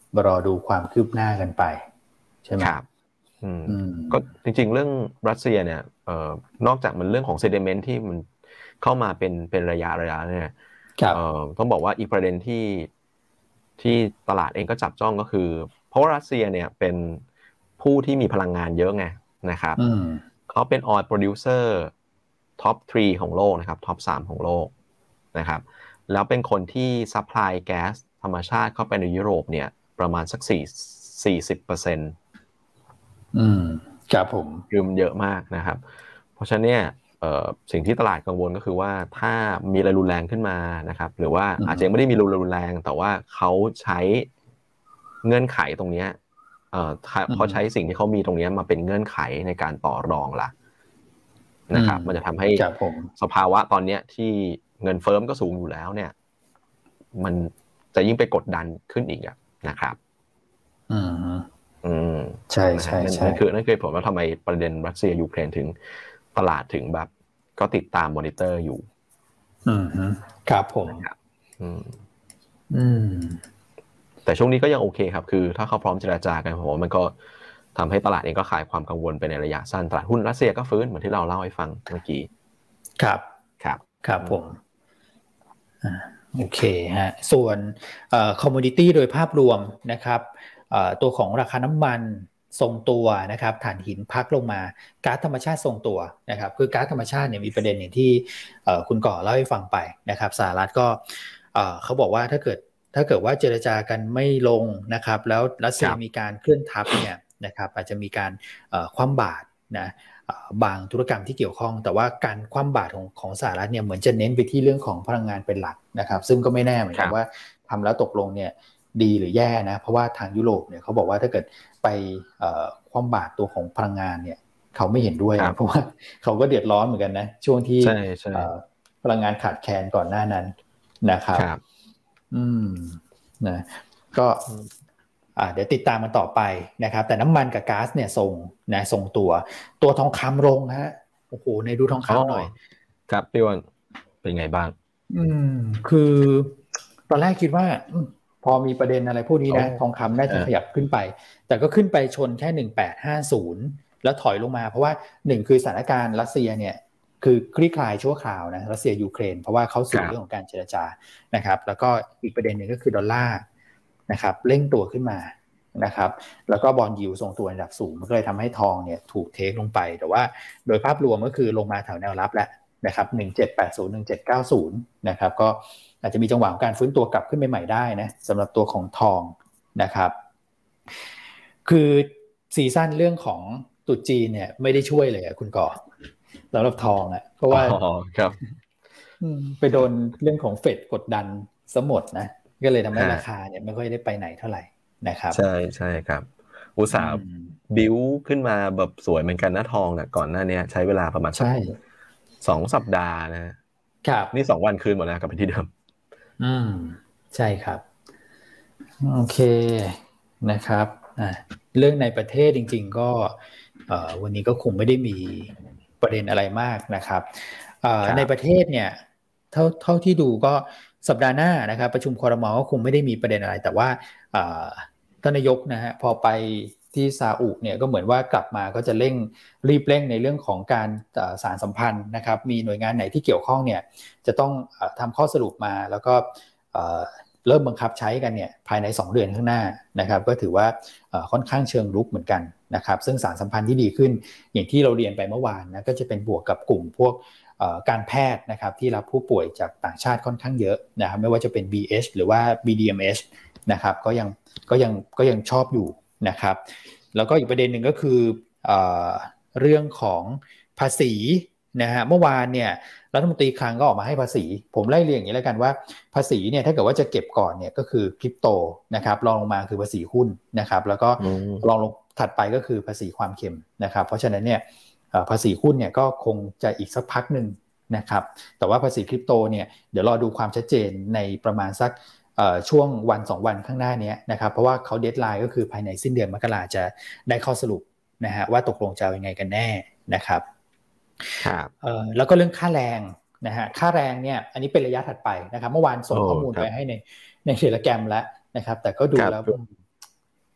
รอดูความคืบหน้ากันไปใช่ไหมครับอืมก็จริงๆเรื่องรัสเซียเนี่ยเอ่อนอกจากมันเรื่องของเซดิเมนต์ที่มันเข้ามาเป็นเป็นระยะระยะเนี่ยเอ่อต้องบอกว่าอีกประเด็นที่ที่ตลาดเองก็จับจ้องก็คือเพราะว่ารัสเซียเนี่ยเป็นผู้ที่มีพลังงานเยอะไงนะครับเขาเป็น oil producer ท็อปสามของโลกนะครับท็อปสามของโลกนะครับแล้วเป็นคนที่ซัพพลายแก๊สธรรมชาติเข้าไปในยุโรปเนี่ยประมาณสักสี่สี่สิบเปอร์เซ็นต์อืมครับผมคือมันเยอะมากนะครับเพราะฉะนั้นเนี่ยเอ่อสิ่งที่ตลาดกังวลก็คือว่าถ้ามีอะไรรุนแรงขึ้นมานะครับหรือว่าอาจจะไม่ได้มีรุนแรงแต่ว่าเขาใช้เงื่อนไขตรงนี้เอ่อเขาใช้สิ่งที่เขามีตรงนี้มาเป็นเงื่อนไขในการต่อรองละนะครับมันจะทำให้สภาวะตอนนี้ที่เงินเฟ้อก็สูงอยู่แล้วเนี่ยมันจะยิ่งไปกดดันขึ้นอีกนะครับอืมอืมใช่ใช่ใช่นั่นคือนั่นคือผมว่าทำไมประเด็นรัสเซียยูเครนถึงตลาดถึงแบบก็ติดตามมอนิเตอร์อยู่อืมครับผมครับอืมอืมแต่ช่วงนี้ก็ยังโอเคครับคือถ้าเขาพร้อมเจรจากันผมว่ามันก็ทำให้ตลาดเองก็คลายความกังวลไปในระยะสั้นตลาดหุ้นรัสเซียก็ฟื้นเหมือนที่เราเล่าให้ฟังเมื่อกี้ครับครับครับผมอ่าโอเคฮะส่วนเอ่อคอมมูนิตี้โดยภาพรวมนะครับเอ่อตัวของราคาน้ำมันทรงตัวนะครับถ่านหินพักลงมาก๊าซธรรมชาติทรงตัวนะครับคือก๊าซธรรมชาติเนี่ยมีประเด็นอย่างที่เอ่อคุณก่อเล่าให้ฟังไปนะครับสหรัฐก็เอ่อเขาบอกว่าถ้าเกิดถ้าเกิดว่าเจรจากันไม่ลงนะครับแล้วรัสเซียมีการเคลื่อนทัพเนี่ยนะครับอาจจะมีการเอ่อคว่ำบาตรนะบางธุรกรรมที่เกี่ยวข้องแต่ว่าการคว่ำบาตรของของสหรัฐเนี่ยเหมือนจะเน้นไปที่เรื่องของพลังงานเป็นหลักนะครับซึ่งก็ไม่แน่เหมือนกันว่าทำแล้วตกลงเนี่ยดีหรือแย่นะเพราะว่าทางยุโรปเนี่ยเขาบอกว่าถ้าเกิดไปคว่ำบาตรตัวของพลังงานเนี่ยเขาไม่เห็นด้วยเพราะว่าเขาก็เดือดร้อนเหมือนกันนะช่วงที่พลังงานขาดแคลนก่อนหน้านั้นนะครับอืมนะก็อ่าเดี๋ยวติดตามมันต่อไปนะครับแต่น้ำมันกับก๊าซเนี่ยทรงนะทรงตัวตัวทองคำลงฮะโอ้โหในดูทองคำหน่อยครับพี่วันเป็นไงบ้างอืมคือตอนแรกคิดว่าพอมีประเด็นอะไรพวกนี้นะทองคำน่าจะขยับขึ้นไปแต่ก็ขึ้นไปชนแค่หนึ่งพันแปดร้อยห้าสิบแล้วถอยลงมาเพราะว่าหนึ่งคือสถานการณ์รัสเซียเนี่ยคือคลี่คลายชั่วคราวนะรัสเซียยูเครนเพราะว่าเขาสู่เรื่องของการเจรจานะครับแล้วก็อีกประเด็นหนึ่งก็คือดอลลาร์นะครับเร่งตัวขึ้นมานะครับแล้วก็บอนด์ยิลด์ทรงตัวระดับสูงมันก็เลยทำให้ทองเนี่ยถูกเทคลงไปแต่ว่าโดยภาพรวมก็คือลงมาแถวแนวรับแล้วนะครับหนึ่งพันเจ็ดร้อยแปดสิบ หนึ่งพันเจ็ดร้อยเก้าสิบนะครับก็อาจจะมีจังหวะของการฟื้นตัวกลับขึ้นไปใหม่ได้นะสำหรับตัวของทองนะครับคือซีซั่นเรื่องของตรุษจีนเนี่ยไม่ได้ช่วยเลยอ่ะคุณก่อสำหรับทองอ่ะเพราะว่าครับไปโดนเรื่องของเฟดกดดันซะหมดนะก็เลยทำให้ราคาเนี่ยไม่ค่อยได้ไปไหนเท่าไหร่นะครับใช่ใช่ครับอุตสาห์บิ้วขึ้นมาแบบสวยเหมือนกันนะทองนะก่อนหน้านี้ใช้เวลาประมาณสักสองสัปดาห์นะครับนี่สองวันคืนหมดแล้วกลับไปที่เดิมอืมใช่ครับโอเคนะครับอ่าเรื่องในประเทศจริงๆก็เอ่อวันนี้ก็คงไม่ได้มีประเด็นอะไรมากนะครับเอ่อในประเทศเนี่ยเท่าเท่าที่ดูก็สัปดาห์หน้านะครับประชุมครม.ก็คงไม่ได้มีประเด็นอะไรแต่ว่าท่านนายกนะฮะพอไปที่ซาอุเนี่ยก็เหมือนว่ากลับมาก็จะเร่งรีบเร่งในเรื่องของการสานสัมพันธ์นะครับมีหน่วยงานไหนที่เกี่ยวข้องเนี่ยจะต้องทำข้อสรุปมาแล้วก็เริ่มบังคับใช้กันเนี่ยภายในสองเดือนข้างหน้านะครับก็ถือว่าค่อนข้างเชิงรุกเหมือนกันนะครับซึ่งสานสัมพันธ์ที่ดีขึ้นอย่างที่เราเรียนไปเมื่อวานนะก็จะเป็นบวกกับกลุ่มพวกการแพทย์นะครับที่รับผู้ป่วยจากต่างชาติค่อนข้างเยอะนะครับไม่ว่าจะเป็น บี เอช หรือว่า บี ดี เอ็ม เอช นะครับก็ยังก็ยังก็ยังชอบอยู่นะครับแล้วก็อีกประเด็นหนึ่งก็คือเอ่อเรื่องของภาษีนะฮะเมื่อวานเนี่ยรัฐมนตรีคลังก็ออกมาให้ภาษีผมไล่เรียงอย่างนี้แล้วกันว่าภาษีเนี่ยถ้าเกิดว่าจะเก็บก่อนเนี่ยก็คือคริปโตนะครับรองลงมาคือภาษีหุ้นนะครับแล้วก็รองลงถัดไปก็คือภาษีความเค็มนะครับเพราะฉะนั้นเนี่ยภาษีหุ้นเนี่ยก็คงจะอีกสักพักหนึ่งนะครับแต่ว่าภาษีคริปโตเนี่ยเดี๋ยวรอดูความชัดเจนในประมาณสักช่วงวันสองวันข้างหน้านี้นะครับเพราะว่าเขาเดดไลน์ก็คือภายในสิ้นเดือนมกราจะได้ข้อสรุปนะฮะว่าตกลงจะยังไงกันแน่นะครับครับเอ่อแล้วก็เรื่องค่าแรงนะฮะค่าแรงเนี่ยอันนี้เป็นระยะถัดไปนะครับเมื่อวานส่งข้อมูลไปให้ในในเทเลแกรมแล้วนะครับแต่ก็ดูแล้ว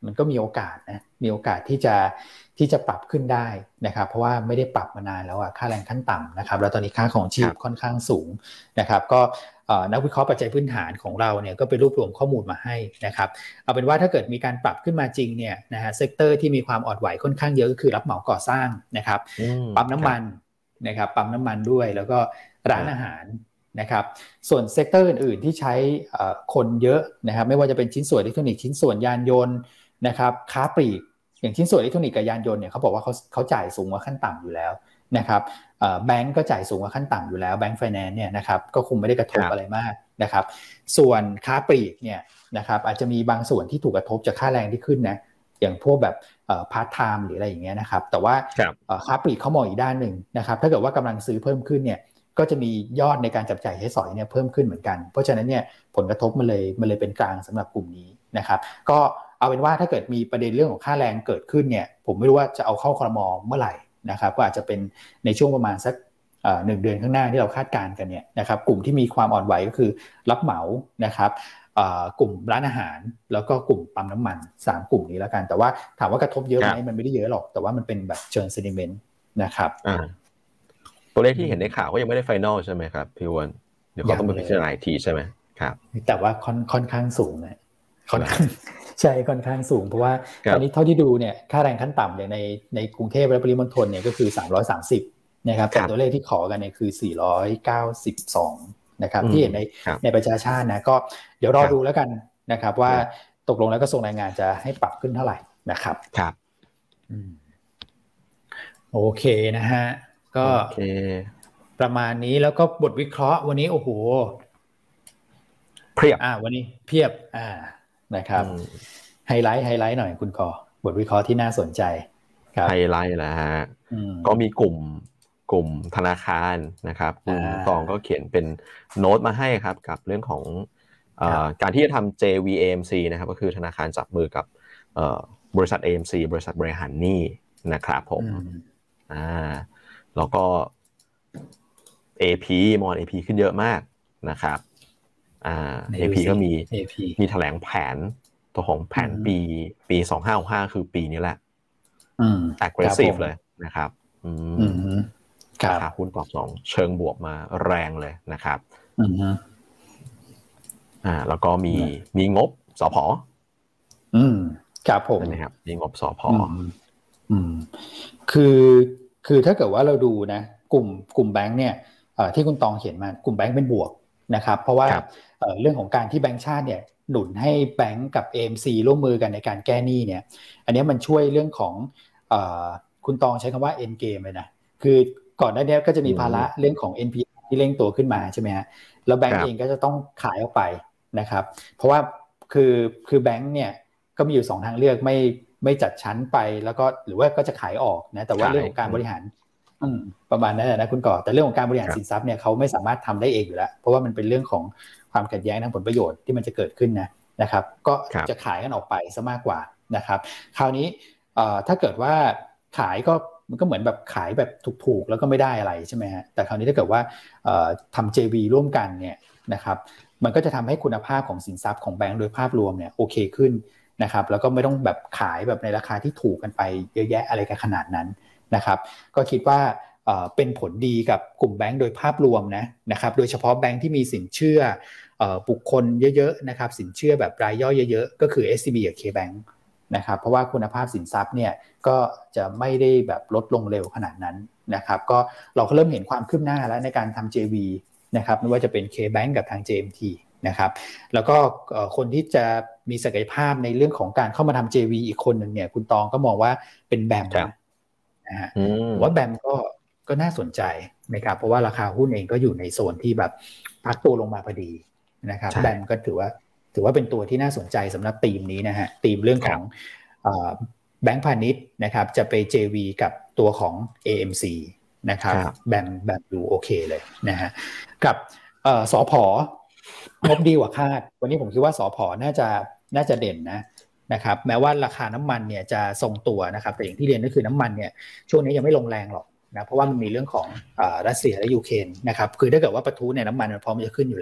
มันก็มีโอกาสนะมีโอกาสที่จะที่จะปรับขึ้นได้นะครับเพราะว่าไม่ได้ปรับมานานแล้วอ่ะค่าแรงขั้นต่ำนะครับแล้วตอนนี้ค่าของชีพค่อนข้างสูงนะครับก็นักวิเคราะห์ปัจจัยพื้นฐานของเราเนี่ยก็ไปรวบรวมข้อมูลมาให้นะครับเอาเป็นว่าถ้าเกิดมีการปรับขึ้นมาจริงเนี่ยนะฮะเซกเตอร์ที่มีความอ่อนไหวค่อนข้างเยอะก็คือรับเหมาก่อสร้างนะครับปั๊มน้ำมันนะครับปั๊มน้ำมันด้วยแล้วก็ร้านอาหารนะครับส่วนเซกเตอร์อื่นๆที่ใช้คนเยอะนะครับไม่ว่าจะเป็นชิ้นส่วนอิเล็กทรอนิกส์ชิ้นส่วนยานยนต์นะครับค้าปลีกอย่างชิ้นส่วนอิเล็กทรอนิกส์กับยานยนต์เนี่ยเขาบอกว่าเขาเขาจ่ายสูงกว่าขั้นต่ำอยู่แล้วนะครับแบงก์ก็จ่ายสูงกว่าขั้นต่ำอยู่แล้วแบงก์ไฟแนนซ์เนี่ยนะครับก็คงไม่ได้กระทบอะไรมากนะครับส่วนค้าปลีกเนี่ยนะครับอาจจะมีบางส่วนที่ถูกกระทบจากค่าแรงที่ขึ้นนะอย่างพวกแบบพาร์ทไทม์หรืออะไรอย่างเงี้ยนะครับแต่ว่าค้าปลีกเขามองอีกด้านหนึ่งนะครับถ้าเกิดว่ากำลังซื้อเพิ่มขึ้นเนี่ยก็จะมียอดในการจับจ่ายใช้สอยเนี่ยเพิ่มขึ้นเหมือนกันเพราะฉะนั้นเนี่ยผลกระทบมันเลยมันเลยเป็นกลางสำหรับกลุ่มนี้นะครับก็เอาเป็นว่าถ้าเกิดมีประเด็นเรื่องของค่าแรงเกิดขึ้นเนี่ยผมไม่รู้ว่าจะเอาเข้าครม.เมื่อไหร่นะครับก็อาจจะเป็นในช่วงประมาณสักหนึ่งเดือนข้างหน้าที่เราคาดการณ์กันเนี่ยนะครับกลุ่มที่มีความอ่อนไหวก็คือรับเหมานะครับกลุ่มร้านอาหารแล้วก็กลุ่มปั๊มน้ำมันสามกลุ่มนี้แล้วกันแต่ว่าถามว่ากระทบเยอะไหมมันไม่ได้เยอะหรอกแต่ว่ามันเป็นแบบเชิงเซนิเมนต์นะครับตัวเลขที่เห็นในข่าวก็ยังไม่ได้ไฟนอลใช่ไหมครับพี่วอนเดี๋ยวเขาต้องไปพิจารณาอีกทีใช่ไหมครับแต่ว่าค่อนค่อนข้างสูงนะค่อนข้างใช่ค่อนข้างสูงเพราะว่าตอนนี้เท่าที่ดูเนี่ยค่าแรงขั้นต่ำอย่างในในกรุงเทพและปริมณฑลเนี่ยก็คือสามร้อยสามสิบนะครับแต่ตัวเลขที่ขอกันเนี่ยคือสี่ร้อยเก้าสิบสองนะครับที่เห็นในในประชาชาตินะก็เดี๋ยวรอดูแล้วกันนะครับว่าตกลงแล้วกระทรวงแรงงานจะให้ปรับขึ้นเท่าไหร่นะครับครับโอเคนะฮะก็ประมาณนี้แล้วก็บทวิเคราะห์วันนี้โอ้โหเพียบอ่าวันนี้เพียบอ่านะครับไฮไลท์ไฮไลท์หน่อยคุณกอบทวิเคราะห์ที่น่าสนใจครับไฮไลท์นะฮะก็มีกลุ่มกลุ่มธนาคารนะครับคุณตองก็เขียนเป็นโน้ตมาให้ครับกับเรื่องของการที่จะทำ เจ วี เอ เอ็ม ซี นะครับก็คือธนาคารจับมือกับบริษัท เอ เอ็ม ซี บริษัทบริหารหนี้นะครับผมอ่าแล้วก็ เอ พี มอง เอ พี ขึ้นเยอะมากนะครับอ่า เอ พี ก็มีมีแถลงแผนตัวของแผนปีปีสองพันห้าร้อยหกสิบห้าคือปีนี้แหละอืม aggressive เลยนะครับอืมราคาหุ้นตอบสนองเชิงบวกมาแรงเลยนะครับอืมอ่าแล้วก็มีมีงบสผ. อืมครับผมใช่ไหมครับมีงบสผ. อืมคือคือถ้าเกิดว่าเราดูนะกลุ่มกลุ่มแบงค์เนี่ยที่คุณตองเขียนมากลุ่มแบงค์เป็นบวกนะครับเพราะว่าเรื่องของการที่แบงค์ชาติเนี่ยหนุนให้แบงค์กับ เอ เอ็ม ซี ร่วมมือกันในการแก้หนี้เนี่ยอันนี้มันช่วยเรื่องของคุณตองใช้คำว่า end game เลยนะคือก่อนหน้านี้ก็จะมีภาระเรื่องของ เอ็น พี อาร์ ที่เร่งตัวขึ้นมาใช่ไหมฮะแล้วแบงค์เองก็จะต้องขายออกไปนะครับเพราะว่าคือคือแบงค์เนี่ยก็มีอยู่สองทางเลือกไม่ไม่จัดชั้นไปแล้วก็หรือว่าก็จะขายออกนะแต่ว่าเรื่องของการบริหารประมาณนั้นนะคุณก่อแต่เรื่องของการบริหารสินทรัพย์เนี่ยเขาไม่สามารถทำได้เองอยู่แล้วเพราะว่ามันเป็นเรื่องของความขัดแย้งทางผลประโยชน์ที่มันจะเกิดขึ้นนะนะครับก็จะขายกันออกไปซะมากกว่านะครับคราวนี้ถ้าเกิดว่าขายก็มันก็เหมือนแบบขายแบบถูกๆแล้วก็ไม่ได้อะไรใช่ไหมฮะแต่คราวนี้ถ้าเกิดว่าทำ เจ วี ร่วมกันเนี่ยนะครับมันก็จะทำให้คุณภาพของสินทรัพย์ของแบงก์โดยภาพรวมเนี่ยโอเคขึ้นนะครับแล้วก็ไม่ต้องแบบขายแบบในราคาที่ถูกกันไปเยอะแยะอะไรกันขนาดนั้นนะครับก็คิดว่าเป็นผลดีกับกลุ่มแบงก์โดยภาพรวมนะนะครับโดยเฉพาะแบงก์ที่มีสินเชื่อบุคคลเยอะๆนะครับสินเชื่อแบบรายย่อยเยอะๆก็คือ เอส ซี บี กับ K-Bank นะครับเพราะว่าคุณภาพสินทรัพย์เนี่ยก็จะไม่ได้แบบลดลงเร็วขนาดนั้นนะครับก็เราก็เริ่มเห็นความคืบหน้าแล้วในการทำ เจ วี นะครับไม่ว่าจะเป็น K-Bank กับทาง เจ เอ็ม ที นะครับแล้วก็คนที่จะมีศักยภาพในเรื่องของการเข้ามาทำ เจ วี อีกคนหนึ่งเนี่ยคุณตองก็มองว่าเป็นแบมนะฮะว่าแบมก็ก็น่าสนใจนะครับเพราะว่าราคาหุ้นเองก็อยู่ในโซนที่แบบพักตัวลงมาพอดีนะครับแบมก็ถือว่าถือว่าเป็นตัวที่น่าสนใจสำหรับทีมนี้นะฮะทีมเรื่องของแบงก์พาณิชย์นะครับจะไป เจ วี กับตัวของ เอ เอ็ม ซี นะครับแบมแบมดูโอเคเลยนะฮะกับสผ.งบดีกว่าคาดวันนี้ผมคิดว่าสผ.น่าจะน่าจะเด่นนะนะครับแม้ว่าราคาน้ำมันเนี่ยจะทรงตัวนะครับแต่อย่างที่เรียนก็คือน้ำมันเนี่ยช่วงนี้ยังไม่ลงแรงหรอกนะเพราะว่ามันมีเรื่องของรัสเซียและยูเครนนะครับคือถ้าเกิดว่าปะทุเนี่ยน้ำมันมันพร้อมจะขึ้นอยู่แล้ว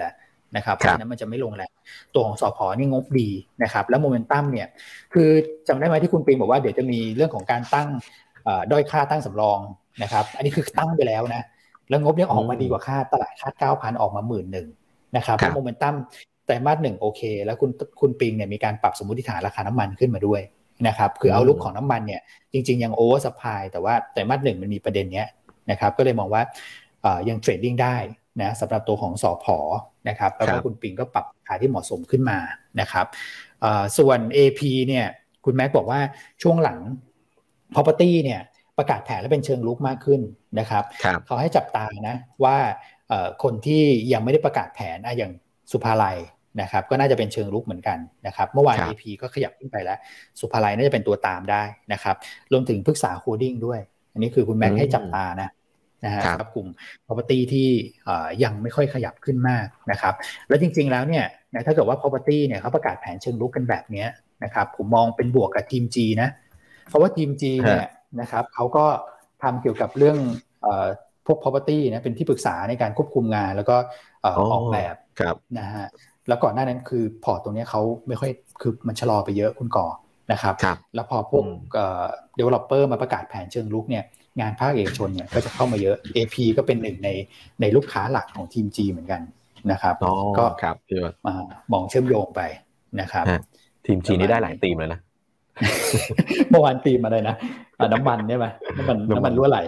นะครับเพราะฉะนั้นมันจะไม่ลงแรงตัวของสผ.นี่งบดีนะครับแล้วโมเมนตัมเนี่ยคือจำได้ไหมที่คุณปิงบอกว่าเดี๋ยวจะมีเรื่องของการตั้งด้อยค่าตั้งสำรองนะครับอันนี้คือตั้งไปแล้วนะแล้วงบยังออกมาดีกว่าคาดตลาดคาด เก้าพัน ออกมา หนึ่งหมื่นหนึ่งพัน นะครับแล้วโมเมนตัมไตรมาสหนึ่งโอเคแล้วคุณคุณปิงเนี่ยมีการปรับสมมุติฐานราคาน้ำมันขึ้นมาด้วยนะครับคือเอาลุกของน้ำมันเนี่ยจริงๆยังโอเวอร์ซัพพลายแต่ว่าไตรมาสหนึ่งมันมีประเด็นเนี้ยนะครับก็เลยมองว่ายังเทรดดิ้งได้นะสำหรับตัวของสผ.นะครับแล้วก็คุณปิงก็ปรับราคาที่เหมาะสมขึ้นมานะครับส่วน เอ พี เนี่ยคุณแม็กบอกว่าช่วงหลัง property เนี่ยประกาศแผนและเป็นเชิงลุกมากขึ้นนะครับเขาให้จับตานะว่าคนที่ยังไม่ได้ประกาศแผนอย่างสุภาลัยนะครับก็น่าจะเป็นเชิงลุกเหมือนกันนะครับเมื่อวาน เอ พี ก็ขยับขึ้นไปแล้วสุภาลัยน่าจะเป็นตัวตามได้นะครับรวมถึงพฤกษาโฮลดิ้งด้วยอันนี้คือคุณแม็กให้จับตานะนะฮะครับกลุ่ม property ที่ยังไม่ค่อยขยับขึ้นมากนะครับแล้วจริงๆแล้วเนี่ยนะถ้าเกิดว่า property เนี่ยเขาประกาศแผนเชิงลุกกันแบบนี้นะครับผมมองเป็นบวกกับทีม G นะเพราะว่าทีม G เนี่ยนะครับเขาก็ทำเกี่ยวกับเรื่องพวก property นะเป็นที่ปรึกษาในการควบคุมงานแล้วก็ออกแบบนะฮะแล้วก่อนหน้านั้นคือพอร์ตตรงนี้เขาไม่ค่อยคือมันชะลอไปเยอะคุณก่อนะครับแล้วพอพวก developer มาประกาศแผนเชิงลุกเนี่ยงานภาคเอกชนเนี่ยก็จะเข้ามาเยอะ เอ พี ก็เป็นหนึ่งในในลูกค้าหลักของทีม G เหมือนกันนะครับก็มองเชื่อมโยงไปนะครับทีม G นี่ได้หลายธีมเลยนะเมื่อวานธีมอะไรนะน้ำมันใช่ไหมน้ำมันน้ำมันรั่วไหล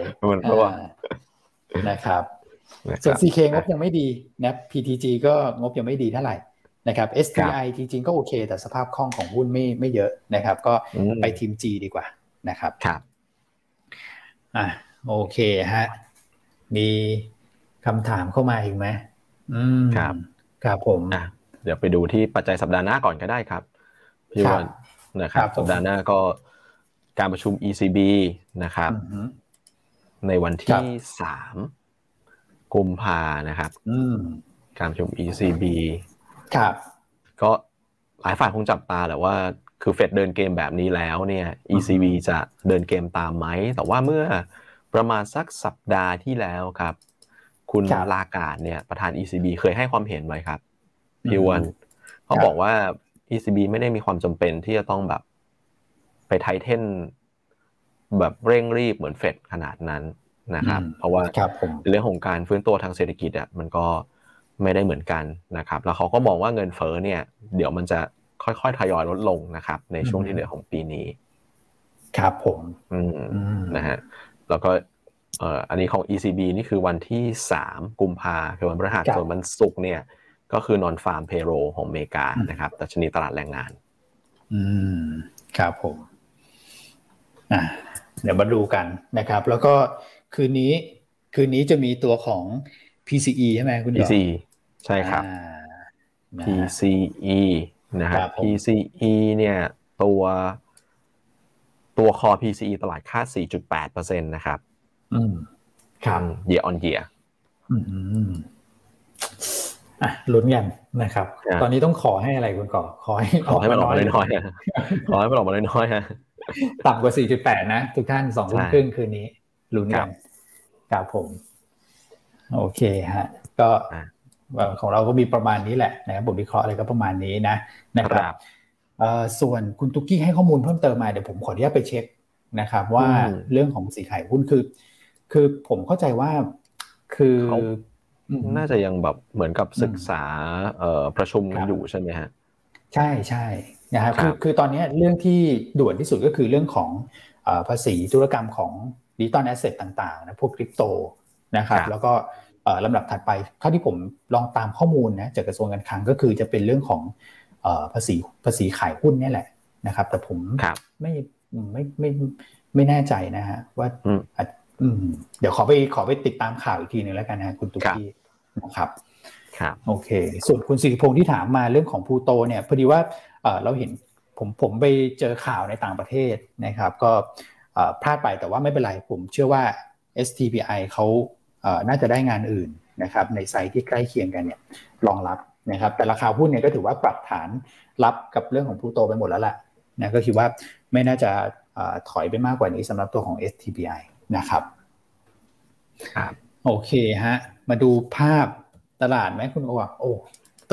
นะครับส่วน ซี เค งบยังไม่ดีนะ พี ที จี ก็งบยังไม่ดีเท่าไหร่นะครับ เอส ที ไอ จริงๆก็โอเคแต่สภาพคล่องของหุ้นไม่ไม่เยอะนะครับก็ไปทีม G ดีกว่านะครับครับอ่ะโอเคฮะมีคำถามเข้ามาอีกไหมอืมครับครับผมอ่ะเดี๋ยวไปดูที่ปัจจัยสัปดาห์หน้าก่อนก็ได้ครับพี่วันนะครับสัปดาห์หน้าก็การประชุม อี ซี บี นะครับในวันที่สามกุมภานะครับการประชุม อี ซี บีครับก็หลายฝ่ายคงจับตาแหละว่าคือเฟดเดินเกมแบบนี้แล้วเนี่ย อี ซี บี จะเดินเกมตามไหมแต่ว่าเมื่อประมาณสักสัปดาห์ที่แล้วครับคุณลาการ์ดเนี่ยประธาน อี ซี บี เคยให้ความเห็นไว้ครับพี่วันเขาบอกว่า อี ซี บี ไม่ได้มีความจำเป็นที่จะต้องแบบไปไทเทนแบบเร่งรีบเหมือนเฟดขนาดนั้นนะครับเพราะว่าเรื่องของการฟื้นตัวทางเศรษฐกิจอ่ะมันก็ไม่ได้เหมือนกันนะครับแล้วเขาก็มองว่าเงินเฟ้อเนี่ยเดี๋ยวมันจะค่อยๆทยอยลดลงนะครับในช่วงที่เหลือของปีนี้ครับผมอืมนะฮะแล้วก็เอ่ออันนี้ของ อี ซี บี นี่คือวันที่สามกุมภาพันธ์คือวันพฤหัสส่วนวันศุกร์เนี่ยก็คือนอนฟาร์มเพโรของอเมริกานะครับดัชนีตลาดแรงงานอืมครับผมอ่ะเดี๋ยวมาดูกันนะครับแล้วก็คืนนี้คืนนี้จะมีตัวของ พี ซี อี ใช่ไหมคุณหยอพี ซี ใช่ครับ พี ซี อี นะครับ พี ซี อี เนี่ยตัวตัวคอ พี ซี อี ตลาดคาด สี่จุดแปดเปอร์เซ็นต์ นะครับอืมครับ year on year อืมอ่ะลุ้นกันนะครับตอนนี้ต้องขอให้อะไรคุณก่อขอให้ขอให้มันออกมาน้อยๆขอให้มันออกมาน้อยๆฮะต่ำกว่า สี่จุดแปด นะทุกท่านสองทุ่มครึ่งคืนนี้ลุ้นกันครับผมโอเคฮะก็ของเราก็มีประมาณนี้แหละนะครับบทวิเคราะห์อะไรก็ประมาณนี้นะนะครับส่วนคุณตุ๊กกี้ให้ข้อมูลเพิ่มเติมมาเดี๋ยวผมขออนุญาตไปเช็คนะครับว่าเรื่องของสีขายหุ้นคือคือผมเข้าใจว่าคือน่าจะยังแบบเหมือนกับศึกษาประชุมกันอยู่ใช่ไหมฮะใช่ใช่นะครับคือคือตอนนี้เรื่องที่ด่วนที่สุดก็คือเรื่องของภาษีธุรกรรมของดิจิตอลแอสเซทต่างๆนะพวกคริปโตนะครับแล้วก็ลำดับถัดไปเท่าที่ผมลองตามข้อมูลนะจากกระทรวงการคลังก็คือจะเป็นเรื่องของภาษีภาษีขายหุ้นนี่แหละนะครับแต่ผมไม่ไม่ไม่ไม่แน่ใจนะฮะว่าเดี๋ยวขอไปขอไปติดตามข่าวอีกทีนึงแล้วกันนะคุณตุ๊กกี้นะครับครับโอเคส่วนคุณสิริพงษ์ที่ถามมาเรื่องของพลูโตเนี่ยพอดีว่าเราเห็นผมผมไปเจอข่าวในต่างประเทศนะครับก็พลาดไปแต่ว่าไม่เป็นไรผมเชื่อว่า เอส ที พี ไอ เขาน่าจะได้งานอื่นนะครับในไซต์ที่ใกล้เคียงกันเนี่ยรองรับนะครับแต่ราคาหุ้นเนี่ยก็ถือว่าปรับฐานรับกับเรื่องของพลูโตไปหมดแล้วแหละนะก็คิดว่าไม่น่าจะถอยไปมากกว่านี้สำหรับตัวของ เอส ที พี ไอ นะครับครับโอเคฮะมาดูภาพตลาดไหมคุณโอวะโอ้ต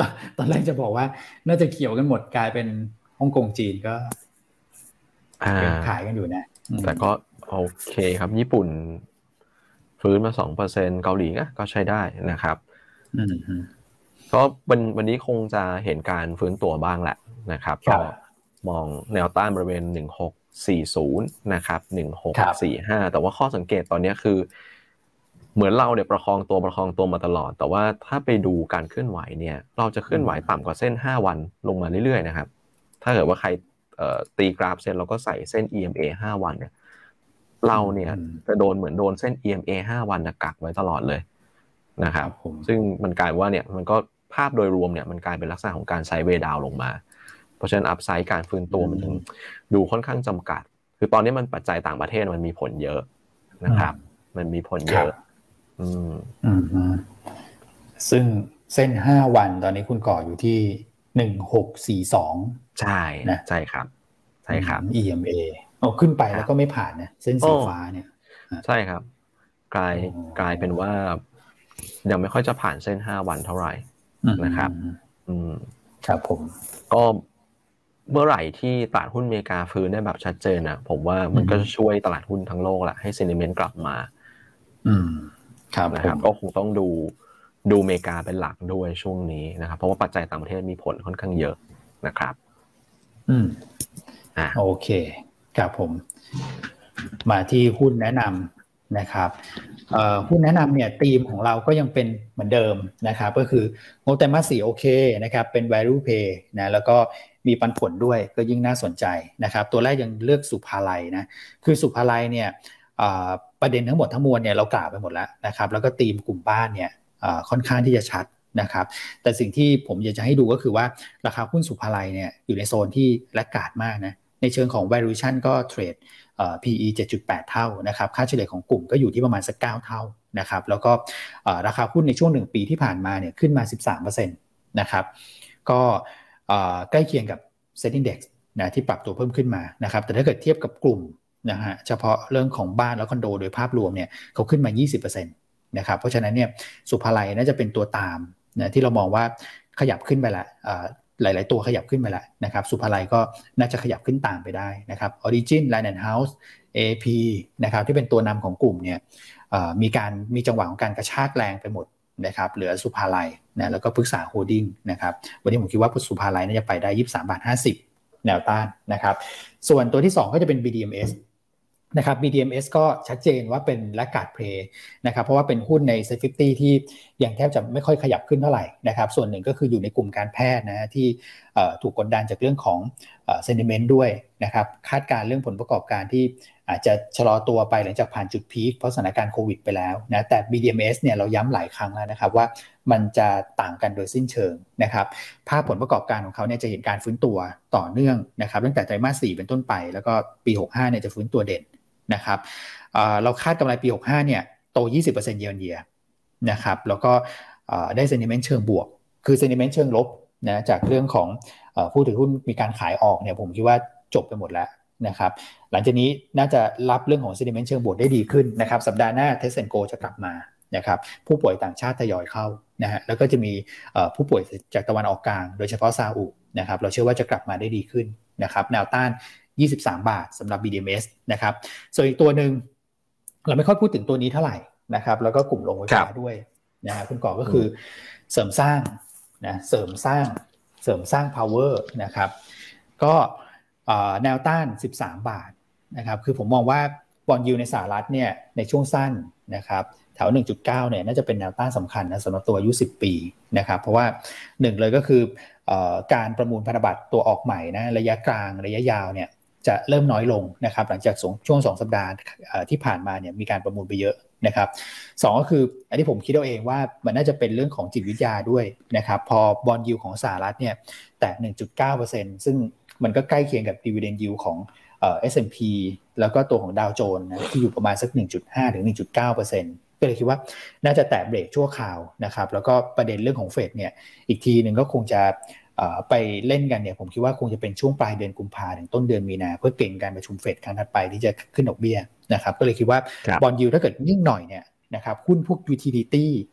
ตอนตอนแรกจะบอกว่าน่าจะเขียวกันหมดกลายเป็นฮ่องกงจีนก็ยังขายกันอยู่นะแต่ก็โอเคครับญี่ปุ่นฟื้นมา สองเปอร์เซ็นต์ เกาหลีก็ใช้ได้นะครับก็วันวันนี้คงจะเห็นการฟื้นตัวบ้างแหละนะครับก็มองแนวต้านบริเวณหนึ่งหกสี่ศูนย์นะครับหนึ่งหกสี่ห้าแต่ว่าข้อสังเกตตอนนี้คือเหมือนเราเนี่ยประคองตัวประคองตัวมาตลอดแต่ว่าถ้าไปดูการเคลื่อนไหวเนี่ยเราจะเคลื่อนไหวต่ำกว่าเส้นห้าวันลงมาเรื่อยๆนะครับถ้าเกิดว่าใครตีกราฟเส้นเราก็ใส่เส้น อี เอ็ม เอ ห้าวันเนี่ยเราเนี่ยจะโดนเหมือนโดนเส้น อี เอ็ม เอ ห้าวันกักไว้ตลอดเลยนะครับซึ่งมันกลายว่าเนี่ยมันก็ภาพโดยรวมเนี่ยมันกลายเป็นลักษณะของการไซด์เวย์ดาวน์ลงมาเพราะฉะนั้นอัพไซด์การฟื้นตัวมันดูค่อนข้างจำกัดคือตอนนี้มันปัจจัยต่างประเทศมันมีผลเยอะนะครับมันมีผลเยอะอืมอืมซึ่งเส้นห้าวันตอนนี้คุณก่ออยู่ที่หนึ่งหกสี่สองใช่นะใช่ครับใช่ครับอี เอ็ม เอ เอาขึ้นไปแล้วก็ไม่ผ่านนะเส้นสีฟ้าเนี่ยใช่ครับกลายกลายเป็นว่ายังไม่ค่อยจะผ่านเส้นห้าวันเท่าไหร่นะครับอืมครับผมก็เมื่อไหร่ที่ตลาดหุ้นอเมริกาฟื้นได้แบบชัดเจนนะผมว่ามันก็จะช่วยตลาดหุ้นทั้งโลกแหละให้เซนิเมนต์กลับมาอืมครับนะครับก็คงต้องดูดูอเมริกาเป็นหลักด้วยช่วงนี้นะครับเพราะว่าปัจจัยต่างประเทศมีผลค่อนข้างเยอะนะครับอืมอ่าโอเคครับผมมาที่หุ้นแนะนำนะครับเอ่อหุ้นแนะนำเนี่ยธีมของเราก็ยังเป็นเหมือนเดิมนะครับก็คืองบไตรมาสสี่โอเคนะครับเป็น value pay นะแล้วก็มีปันผลด้วยก็ยิ่งน่าสนใจนะครับตัวแรกยังเลือกสุภาลัยนะคือสุภาลัยเนี่ยประเด็นทั้งหมดทั้งมวลเนี่ยเรากล่าวไปหมดแล้วนะครับแล้วก็ธีมกลุ่มบ้านเนี่ยค่อนข้างที่จะชัดนะครับแต่สิ่งที่ผมอยากจะให้ดูก็คือว่าราคาหุ้นสุภาลัยเนี่ยอยู่ในโซนที่แลกขาดมากนะในเชิงของ valuation ก็เทรด พี อี เจ็ดจุดแปด เท่านะครับค่าเฉลี่ยของกลุ่มก็อยู่ที่ประมาณสักเก้าเท่านะครับแล้วก็ราคาหุ้นในช่วงหนึ่งปีที่ผ่านมาเนี่ยขึ้นมา สิบสามเปอร์เซ็นต์ นะครับก็ใกล้เคียงกับ Set Index นะที่ปรับตัวเพิ่มขึ้นมานะครับแต่ถ้าเกิดเทียบกับกลุ่มนะฮะเฉพาะเรื่องของบ้านและคอนโดโดยภาพรวมเนี่ยเขาขึ้นมา ยี่สิบเปอร์เซ็นต์ นะครับเพราะฉะนั้นเนี่ยสุภาลัยน่าจะเป็นตัวตามนะที่เรามองว่าขยับขึ้นไปละหลายๆตัวขยับขึ้นไปแล้วนะครับสุภาลัยก็น่าจะขยับขึ้นตามไปได้นะครับ Origin Land and House เอ พี นะครับที่เป็นตัวนำของกลุ่มเนี่ยมีการมีจังหวะของการกระชากแรงไปหมดนะครับเหลือสุภาลัยนะแล้วก็พฤกษาโฮลดิ้งนะครับวันนี้ผมคิดว่าสุภาลัยน่าจะไปได้ ยี่สิบสามบาทห้าสิบ แนวต้านนะครับส่วนตัวที่สองก็จะเป็น บี ดี เอ็ม เอส นะครับ บี ดี เอ็ม เอส ก็ชัดเจนว่าเป็นแลกการ์ดเพลย์นะครับเพราะว่าเป็นหุ้นใน เซ็ต ห้าสิบ ที่ยังแทบจะไม่ค่อยขยับขึ้นเท่าไหร่นะครับส่วนหนึ่งก็คืออยู่ในกลุ่มการแพทย์นะที่ถูกกดดันจากเรื่องของเซนติเมนต์ด้วยนะครับคาดการเรื่องผลประกอบการที่อาจจะชะลอตัวไปหลังจากผ่านจุดพีคเพราะสถานการณ์โควิดไปแล้วนะแต่ บี ดี เอ็ม เอส เนี่ยเราย้ำหลายครั้งแล้วนะครับว่ามันจะต่างกันโดยสิ้นเชิงนะครับภาพผลประกอบการของเขาเนี่ยจะเห็นการฟื้นตัวต่อเนื่องนะครับตั้งแต่ไตรมาสสี่เป็นต้นไปแล้วก็ปีหกสิบห้าเนี่ยจะฟื้นตัวเด่นนะครับเราคาดกำไรปีหกสิบห้าเนี่ยโต ยี่สิบเปอร์เซ็นต์ year on year นะครับแล้วก็ได้ sentiment เชิงบวกคือ sentiment เชิงลบนะจากเรื่องของผู้ถือหุ้นมีการขายออกเนี่ยผมคิดว่าจบไปหมดแล้วนะครับหลังจากนี้น่าจะรับเรื่องของ sentiment เชิงบวกได้ดีขึ้นนะครับสัปดาห์หน้า Test and Go จะกลับมานะครับผู้ป่วยต่างชาติทยอยเข้านะฮะแล้วก็จะมีผู้ป่วยจากตะวันออกกลางโดยเฉพาะซาอุนะครับเราเชื่อว่าจะกลับมาได้ดีขึ้นนะครับแนวต้านยี่สิบสามบาทสำหรับ บี ดี เอ็ม เอส นะครับส่วนอีกตัวหนึ่งเราไม่ค่อยพูดถึงตัวนี้เท่าไหร่นะครับแล้วก็กลุ่มโรงไฟฟ้าด้วยนะฮะคุณก่อก็คือเสริมสร้างนะเสริมสร้างเสริมสร้าง power นะครับก็แนวต้านสิบสามบาทนะครับคือผมมองว่าบอนด์ยิลด์ในสหรัฐเนี่ยในช่วงสั้นนะครับแถว หนึ่งจุดเก้า เนี่ยน่าจะเป็นแนวต้านสำคัญนะสำหรับตัวอายุสิบปีนะครับเพราะว่าหนึ่งเลยก็คือการประมูลพันธบัตรตัวออกใหม่นะระยะกลางระยะยาวเนี่ยจะเริ่มน้อยลงนะครับหลังจากช่วงสองสัปดาห์ที่ผ่านมาเนี่ยมีการประมูลไปเยอะนะครับสองก็คืออันที่ผมคิดเอาเองว่ามันน่าจะเป็นเรื่องของจิตวิทยาด้วยนะครับพอบอนด์ยิลด์ของสหรัฐเนี่ยแตะ หนึ่งจุดเก้าเปอร์เซ็นต์ ซึ่งมันก็ใกล้เคียงกับ dividend yield ของเอ่อ เอส แอนด์ พี แล้วก็ตัวของดาวโจนส์นะที่อยู่ประมาณสัก หนึ่งจุดห้า ถึง หนึ่งจุดเก้าเปอร์เซ็นต์ ก็เลยคิดว่าน่าจะแตะเบรกชั่วคราวนะครับแล้วก็ประเด็นเรื่องของเฟดเนี่ยอีกทีนึงก็คงจะไปเล่นกันเนี่ยผมคิดว่าคงจะเป็นช่วงปลายเดือนกุมภาพันธ์ถึงต้นเดือนมีนาเพื่อเก่งการประชุมเฟดครั้งถัดไปที่จะขึ้นดอกเบี้ยนะครับก็เลยคิดว่าบอนด์ยิลด์ถ้าเกิดยิ่งหน่อยเนี่ยนะครับหุ้นพวก utility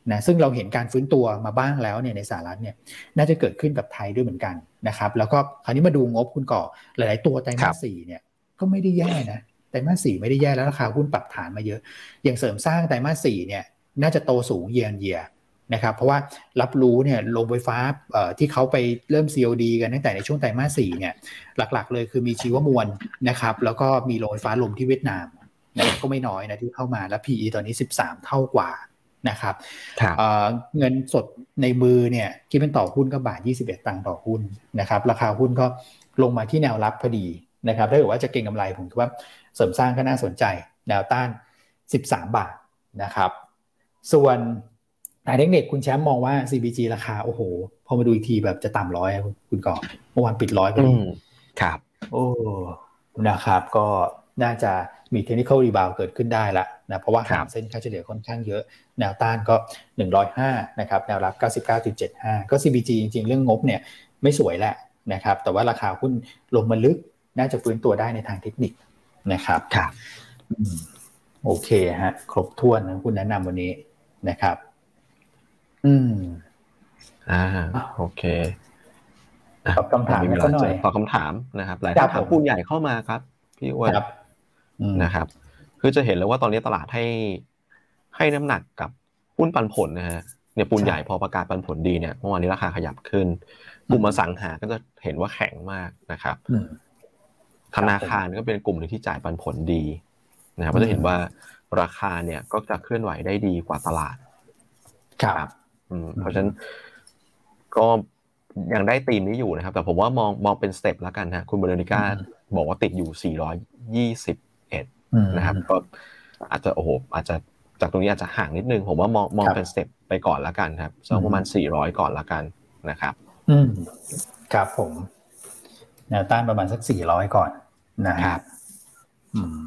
นะซึ่งเราเห็นการฟื้นตัวมาบ้างแล้วเนี่ยในสหรัฐเนี่ยน่าจะเกิดขึ้นกับไทยด้วยเหมือนกันนะครับแล้วก็คราวนี้มาดูงบคุณก่อหลายๆตัวไตรมาสสี่เนี่ยก็ไม่ได้แย่นะไตรมาสสี่ไม่ได้แย่แล้วราคาหุ้นปรับฐานมาเยอะอย่างเสริมสร้างไตรมาสสี่เนี่ยน่าจะโตสูงเยียร์เยียนะครับเพราะว่ารับรู้เนี่ยโรงไฟฟ้าที่เขาไปเริ่ม ซี โอ ดี กันตั้งแต่ในช่วงไตรมาสสี่เนี่ยหลักๆเลยคือมีชีวมวลนะครับแล้วก็มีโรงไฟฟ้าลมที่เวียดนามนะก็ไม่น้อยนะที่เข้ามาแล้ว พี อี ตอนนี้สิบสามเท่ากว่านะครับ เ, เงินสดในมือเนี่ยคิดเป็นต่อหุ้นก็บาทยี่สิบเอ็ดตังค์ต่อหุ้นนะครับราคาหุ้นก็ลงมาที่แนวรับพอดีนะครับถ้าเกิดว่าจะเก็งกำไรผมคิดว่าเสริมสร้างก็น่าสนใจแนวต้านสิบสามบาทนะครับส่วนทางเทคนิคคุณแชมป์มองว่า ซี บี จี ราคาโอ้โหพอมาดูอีกทีแบบจะต่ำร้อยคุณก่อเมื่อวานปิดร้อยพอดีครับโอ้นะครับก็น่าจะมี technical rebound เกิดขึ้นได้ละนะเพราะว่าห่างเส้นค่าเฉลี่ยค่อนข้างเยอะแนวต้านก็หนึ่งร้อยห้านะครับแนวรับ เก้าสิบเก้าจุดเจ็ดห้า ก็ ซี บี จี จริงๆเรื่องงบเนี่ยไม่สวยแหละนะครับแต่ว่าราคาหุ้นลงมาลึกน่าจะฟื้นตัวได้ในทางเทคนิคนะครับครับโอเคฮะครบถ้วนนะคุณแนะนำวันนี้นะครับอืมอ่าโอเคตอบคำถามก็หน่อยตอบคำถามนะครับหลายท่านถามหุ้นใหญ่เข้ามาครับพี่อ้วนนะครับคือจะเห็นเลยว่าตอนนี้ตลาดให้ให้น้ำหนักกับหุ้นปันผลนะฮะเนี่ยปูนใหญ่พอประกาศปันผลดีเนี่ยเมื่อวานนี้ราคาขยับขึ้นกลุ่มอสังหาก็จะเห็นว่าแข็งมากนะครับธนาคารก็เป็นกลุ่มหนึ่งที่จ่ายปันผลดีนะครับก็จะเห็นว่าราคาเนี่ยก็จะเคลื่อนไหวได้ดีกว่าตลาดครับเพราะฉะนั้นก็ยังได้ธีมนี้อยู่นะครับแต่ผมว่ามองมองเป็นสเต็ปแล้วกันนะคุณเบอร์นิก้าบอกว่าติดอยู่สี่ร้อยยี่สิบเอ็ดนะครับก็อาจจะโอ้โหอาจจะจากตรงนี้อาจจะห่างนิดนึงผมว่ามองมองเป็นสเต็ปไปก่อนแล้วกันครับสักประมาณสี่ร้อยก่อนแล้วกันนะครับอืมครับผมแนวต้านประมาณสักสี่ร้อยก่อนนะครับอืม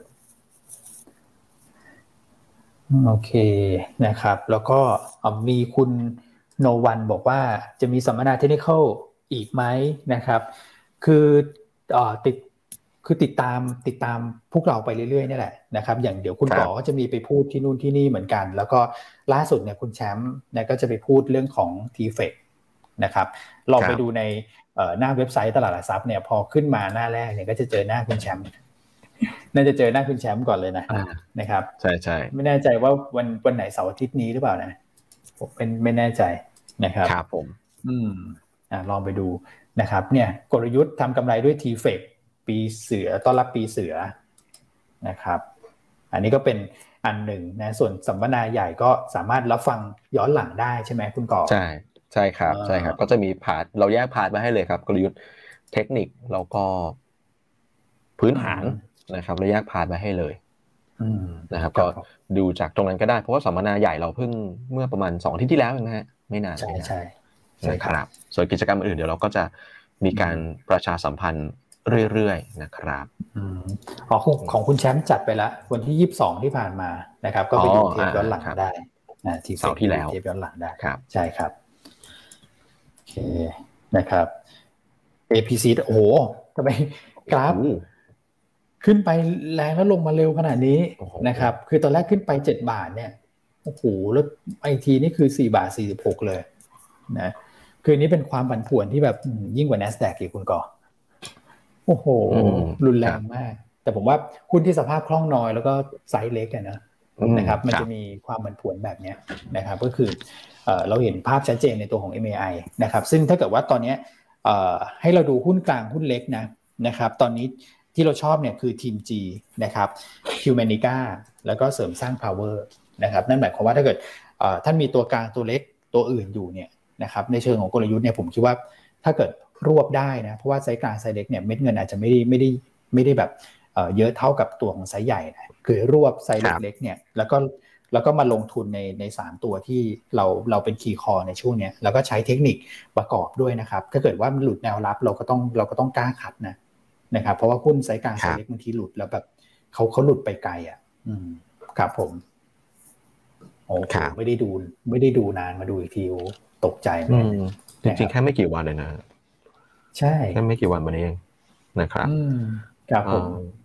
โอเคนะครับแล้วก็มีคุณโนวันบอกว่าจะมีสัมมนาเทคนิคอลอีกไหมนะครับคือเอ่อติดคือติดตามติดตามพวกเราไปเรื่อยๆนี่แหละนะครับอย่างเดี๋ยวคุณก่อก็จะมีไปพูดที่นู่นที่นี่เหมือนกันแล้วก็ล่าสุดเนี่ยคุณแชมป์เนี่ยก็จะไปพูดเรื่องของ ที เอฟ อี ซี นะครับลองไปดูในหน้าเว็บไซต์ตลาดหลักทรัพย์เนี่ยพอขึ้นมาหน้าแรกเนี่ยก็จะเจอหน้าคุณแชมป์น่าจะเจอหน้าคุณแชมป์ก่อนเลยนะนะครับใช่ใช่ไม่แน่ใจว่าวันวันไหนเสาร์อาทิตย์นี้หรือเปล่านะผมเป็นไม่แน่ใจนะครับครับผมอืมอ่าลองไปดูนะครับเนี่ยกลยุทธ์ทำกำไรด้วย ที เอฟ อี ซี ปีเสือต้อนรับปีเสือนะครับอันนี้ก็เป็นอันหนึ่งนะส่วนสัมมนาใหญ่ก็สามารถรับฟังย้อนหลังได้ใช่ไหมคุณก่อใช่ใช่ครับใช่ครับก็จะมีพาร์ทเราแยกพาร์ทมาให้เลยครับกลยุทธ์เทคนิคแล้วก็พื้นฐานนะครับเราแยกพาร์ทมาให้เลยนะครับก็ดูจากตรงนั้นก็ได้เพราะว่าสัมมนาใหญ่เราเพิ่งเมื่อประมาณสองอาทิตย์ที่แล้วเองนะฮะไม่นานใช่ใช่ใช่ครับส่วนกิจกรรมอื่นเดี๋ยวเราก็จะมีการประชาสัมพันธ์เรื่อยๆนะครับอ๋อของคุณแชมป์จัดไปแล้ววันที่ยี่สิบสองที่ผ่านมานะครับก็ไปดูเทปย้อนหลังได้นะที่เสาร์ที่แล้วเทปย้อนหลังได้ครับใช่ครับโอเคนะครับ เอ พี ซี โอ้โหทำไมกราฟขึ้นไปแรงแล้วลงมาเร็วขนาดนี้นะครับคือตอนแรกขึ้นไปเจ็ดบาทเนี่ยโอ้โหแล้วไอทีนี่คือสี่บาทสี่สิบหกเลยนะคือนี้เป็นความผันผวนที่แบบยิ่งกว่า NASDAQ อีกคุณก่อโอ้โหรุนแรงมากแต่ผมว่าหุ้นที่สภาพคล่องน้อยแล้วก็ไซส์เล็กเนี่ยนะนะครับมันจะมีความผันผวนแบบนี้นะครับก็คือเอ่อเราเห็นภาพชัดเจนในตัวของ เอ็ม เอ ไอ นะครับซึ่งถ้าเกิดว่าตอนนี้เอ่อให้เราดูหุ้นกลางหุ้นเล็กนะนะครับตอนนี้ที่เราชอบเนี่ยคือทีม G นะครับ Humanica แล้วก็เสริมสร้าง Power นะครับนั่นหมายความว่าถ้าเกิดเอ่อท่านมีตัวกลางตัวเล็กตัวอื่นอยู่เนี่ยนะครับในเชิงของกลยุทธ์เนี่ยผมคิดว่าถ้าเกิดรวบได้นะเพราะว่าไซส์กลางไซส์เล็กเนี่ยเม็ดเงินอาจจะไม่ได้ไม่ได้ไม่ได้แบบเอ่อเยอะเท่ากับตัวของไซส์ใหญ่นะคือรวบไซส์เล็กๆเนี่ยแล้วก็แล้วก็มาลงทุนในในสามตัวที่เราเราเป็นคีย์คอในช่วงนี้แล้วก็ใช้เทคนิคประกอบด้วยนะครับถ้าเกิดว่ามันหลุดแนวรับเราก็ต้องเราก็ต้องกล้าคัดนะนะครับเพราะว่าหุ้นไซส์กลางไซส์เล็กบางทีหลุดแล้วแบบเขาเขาหลุดไปไกลอ่ะอืมครับผมโอ้โหไม่ได้ดูไม่ได้ดูนานมาดูอีกทีโอ้ตกใจเหมือนกันจริงๆแค่ไม่กี่วันเลยนะใช่แค่ไม่กี่วันมานี้เองนะครับครับผม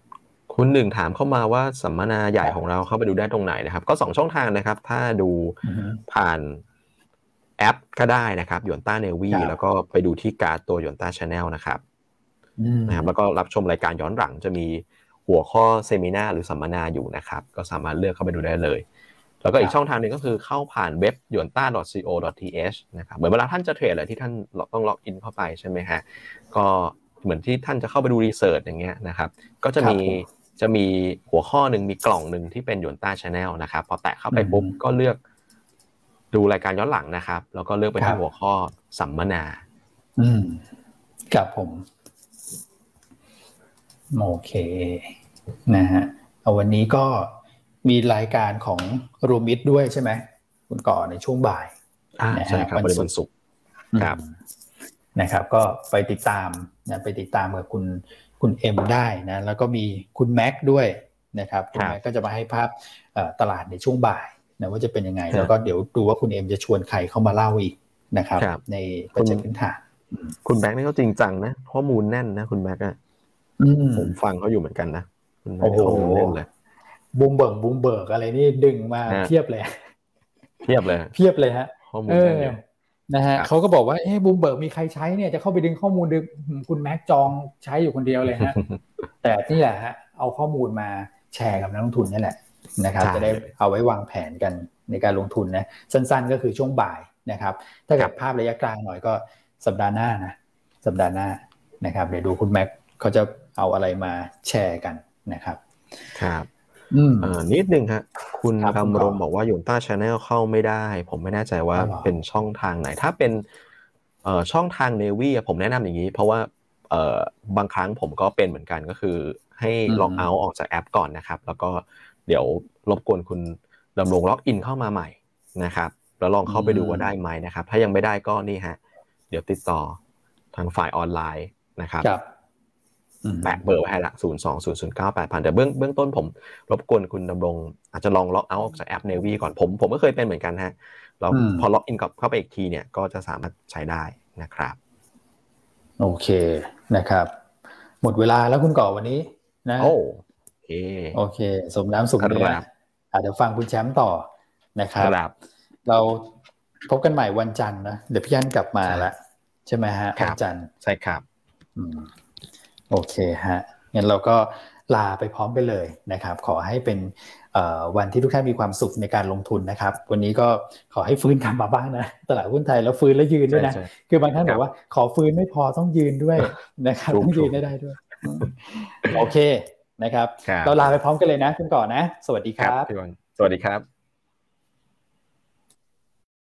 คุณหนึ่งถามเข้ามาว่าสัมมนาใหญ่ของเราเข้าไปดูได้ตรงไหนนะครับก็สองช่องทางนะครับถ้าดูผ่านแอปก็ได้นะครับหยวนต้าเนวี่แล้วก็ไปดูที่การ์ดตัวหยวนต้าชาแนลนะครับนะครับแล้วก็รับชมรายการย้อนหลังจะมีหัวข้อเซมินาหรือสัมมนาอยู่นะครับก็สามารถเลือกเข้าไปดูได้เลยแล้วก็อีกช่องทางนึงก็คือเข้าผ่านเว็บ หยวนต้า ดอท ซี โอ ดอท ที เอช นะครับเหมือนเวลาท่านจะเทรดอะไรที่ท่านต้องล็อกอินเข้าไปใช่ไหมฮะก็เหมือนที่ท่านจะเข้าไปดูรีเสิร์ชอย่างเงี้ยนะครับก็จะมีจะมีหัวข้อหนึ่งมีกล่องหนึ่งที่เป็นหยวนต้า Channel นะครับพอแตะเข้าไปปุ๊บก็เลือกดูรายการย้อนหลังนะครับแล้วก็เลือกไปที่หัวข้อสัมมนาอืมครับผมโอเคนะฮะเอาวันนี้ก็มีรายการของรูมิดด้วยใช่ไหมคุณก่อในช่วงบ่ายนะใช่ครับวันศุกร์ครับนะครับก็ไปติดตามนะไปติดตามกับคุณคุณเอ็มได้นะแล้วก็มีคุณแม็กด้วยนะครับคุณแม็กก็จะมาให้ภาพตลาดในช่วงบ่ายนะว่าจะเป็นยังไงแล้วก็เดี๋ยวดูว่าคุณเอ็มจะชวนใครเข้ามาเล่าอีกนะครับในปัจจัยพื้นฐานคุณแม็กนี่เขาจริงจังนะข้อมูลแน่นนะคุณแม็กอ่ะผมฟังเขาอยู่เหมือนกันนะคุณแม็กข้อมูลแน่นเลยบูมเบิร์กบูมเบิร์กอะไรนี่ดึงมาเพียบเลยเพียบเลยเพียบเลยฮะข้อมูลแน่นเดียวนะฮะเขาก็บอกว่าเอ๊ะบูมเบิร์กมีใครใช้เนี่ยจะเข้าไปดึงข้อมูลดึงคุณแม็กจองใช้อยู่คนเดียวเลยฮะ แต่นี่แหละฮะเอาข้อมูลมาแชร์กับนักลงทุนนี่แหละนะครับจะได้เอาไว้วางแผนกันในการลงทุนนะสั้นๆก็คือช่วงบ่ายนะครับถ้าเกิดภาพระยะกลางหน่อยก็สัปดาห์หน้านะสัปดาห์หน้านะครับเดี๋ยวดูคุณแม็กเขาจะเอาอะไรมาแชร์กันนะครับครับอ่านิดนึงครับคุณกำรงบอกว่าหยวนต้า Channel เข้าไม่ได้ผมไม่แน่ใจว่าเป็นช่องทางไหนถ้าเป็นเอ่อช่องทาง Navy ผมแนะนำอย่างนี้เพราะว่าเอ่อบางครั้งผมก็เป็นเหมือนกันก็คือให้ล็อกเอาท์ออกจากแอปก่อนนะครับแล้วก็เดี๋ยวรบกวนคุณดำรงล็อกอินเข้ามาใหม่นะครับแล้วลองเข้าไปดูว่าได้ไหมนะครับถ้ายังไม่ได้ก็นี่ฮะเดี๋ยวติดต่อทางฝ่ายออนไลน์นะครับแปะเบอร์ไว้ให้ละศูนย์ สอง ศูนย์ ศูนย์ เก้า แปด ศูนย์ ศูนย์แต่เบื้องเบื้องต้นผมรบกวนคุณดำรงอาจจะลองล็อกเอาท์จากแอป Navy ก่อนผมผมก็เคยเป็นเหมือนกันฮะแล้วพอล็อกอินเข้าไปอีกทีเนี่ยก็จะสามารถใช้ได้นะครับโอเคนะครับหมดเวลาแล้วคุณก่อวันนี้นะโอเคโอเคสมน้ำสมเนื้ออาจจะฟังคุณแชมป์ต่อนะครับเราพบกันใหม่วันจันทร์นะเดี๋ยวพี่ยันกลับมาแล้วใช่ไหมฮะวันจันทร์ใช่ครับโอเคฮะงั้นเราก็ลาไปพร้อมกันเลยนะครับขอให้เป็นวันที่ทุกท่านมีความสุขในการลงทุนนะครับวันนี้ก็ขอให้ฟื้นกลับมาบ้างนะตลาดหุ้นไทยแล้วฟื้นแล้วยืนด้วยนะคือบางท่านบอกว่าขอฟื้นไม่พอต้องยืนด้วยนะครับต้องยืนได้ด้วยโอเคนะครับเราลาไปพร้อมกันเลยนะคุณก่อนนะสวัสดีครับสวัสดีครับ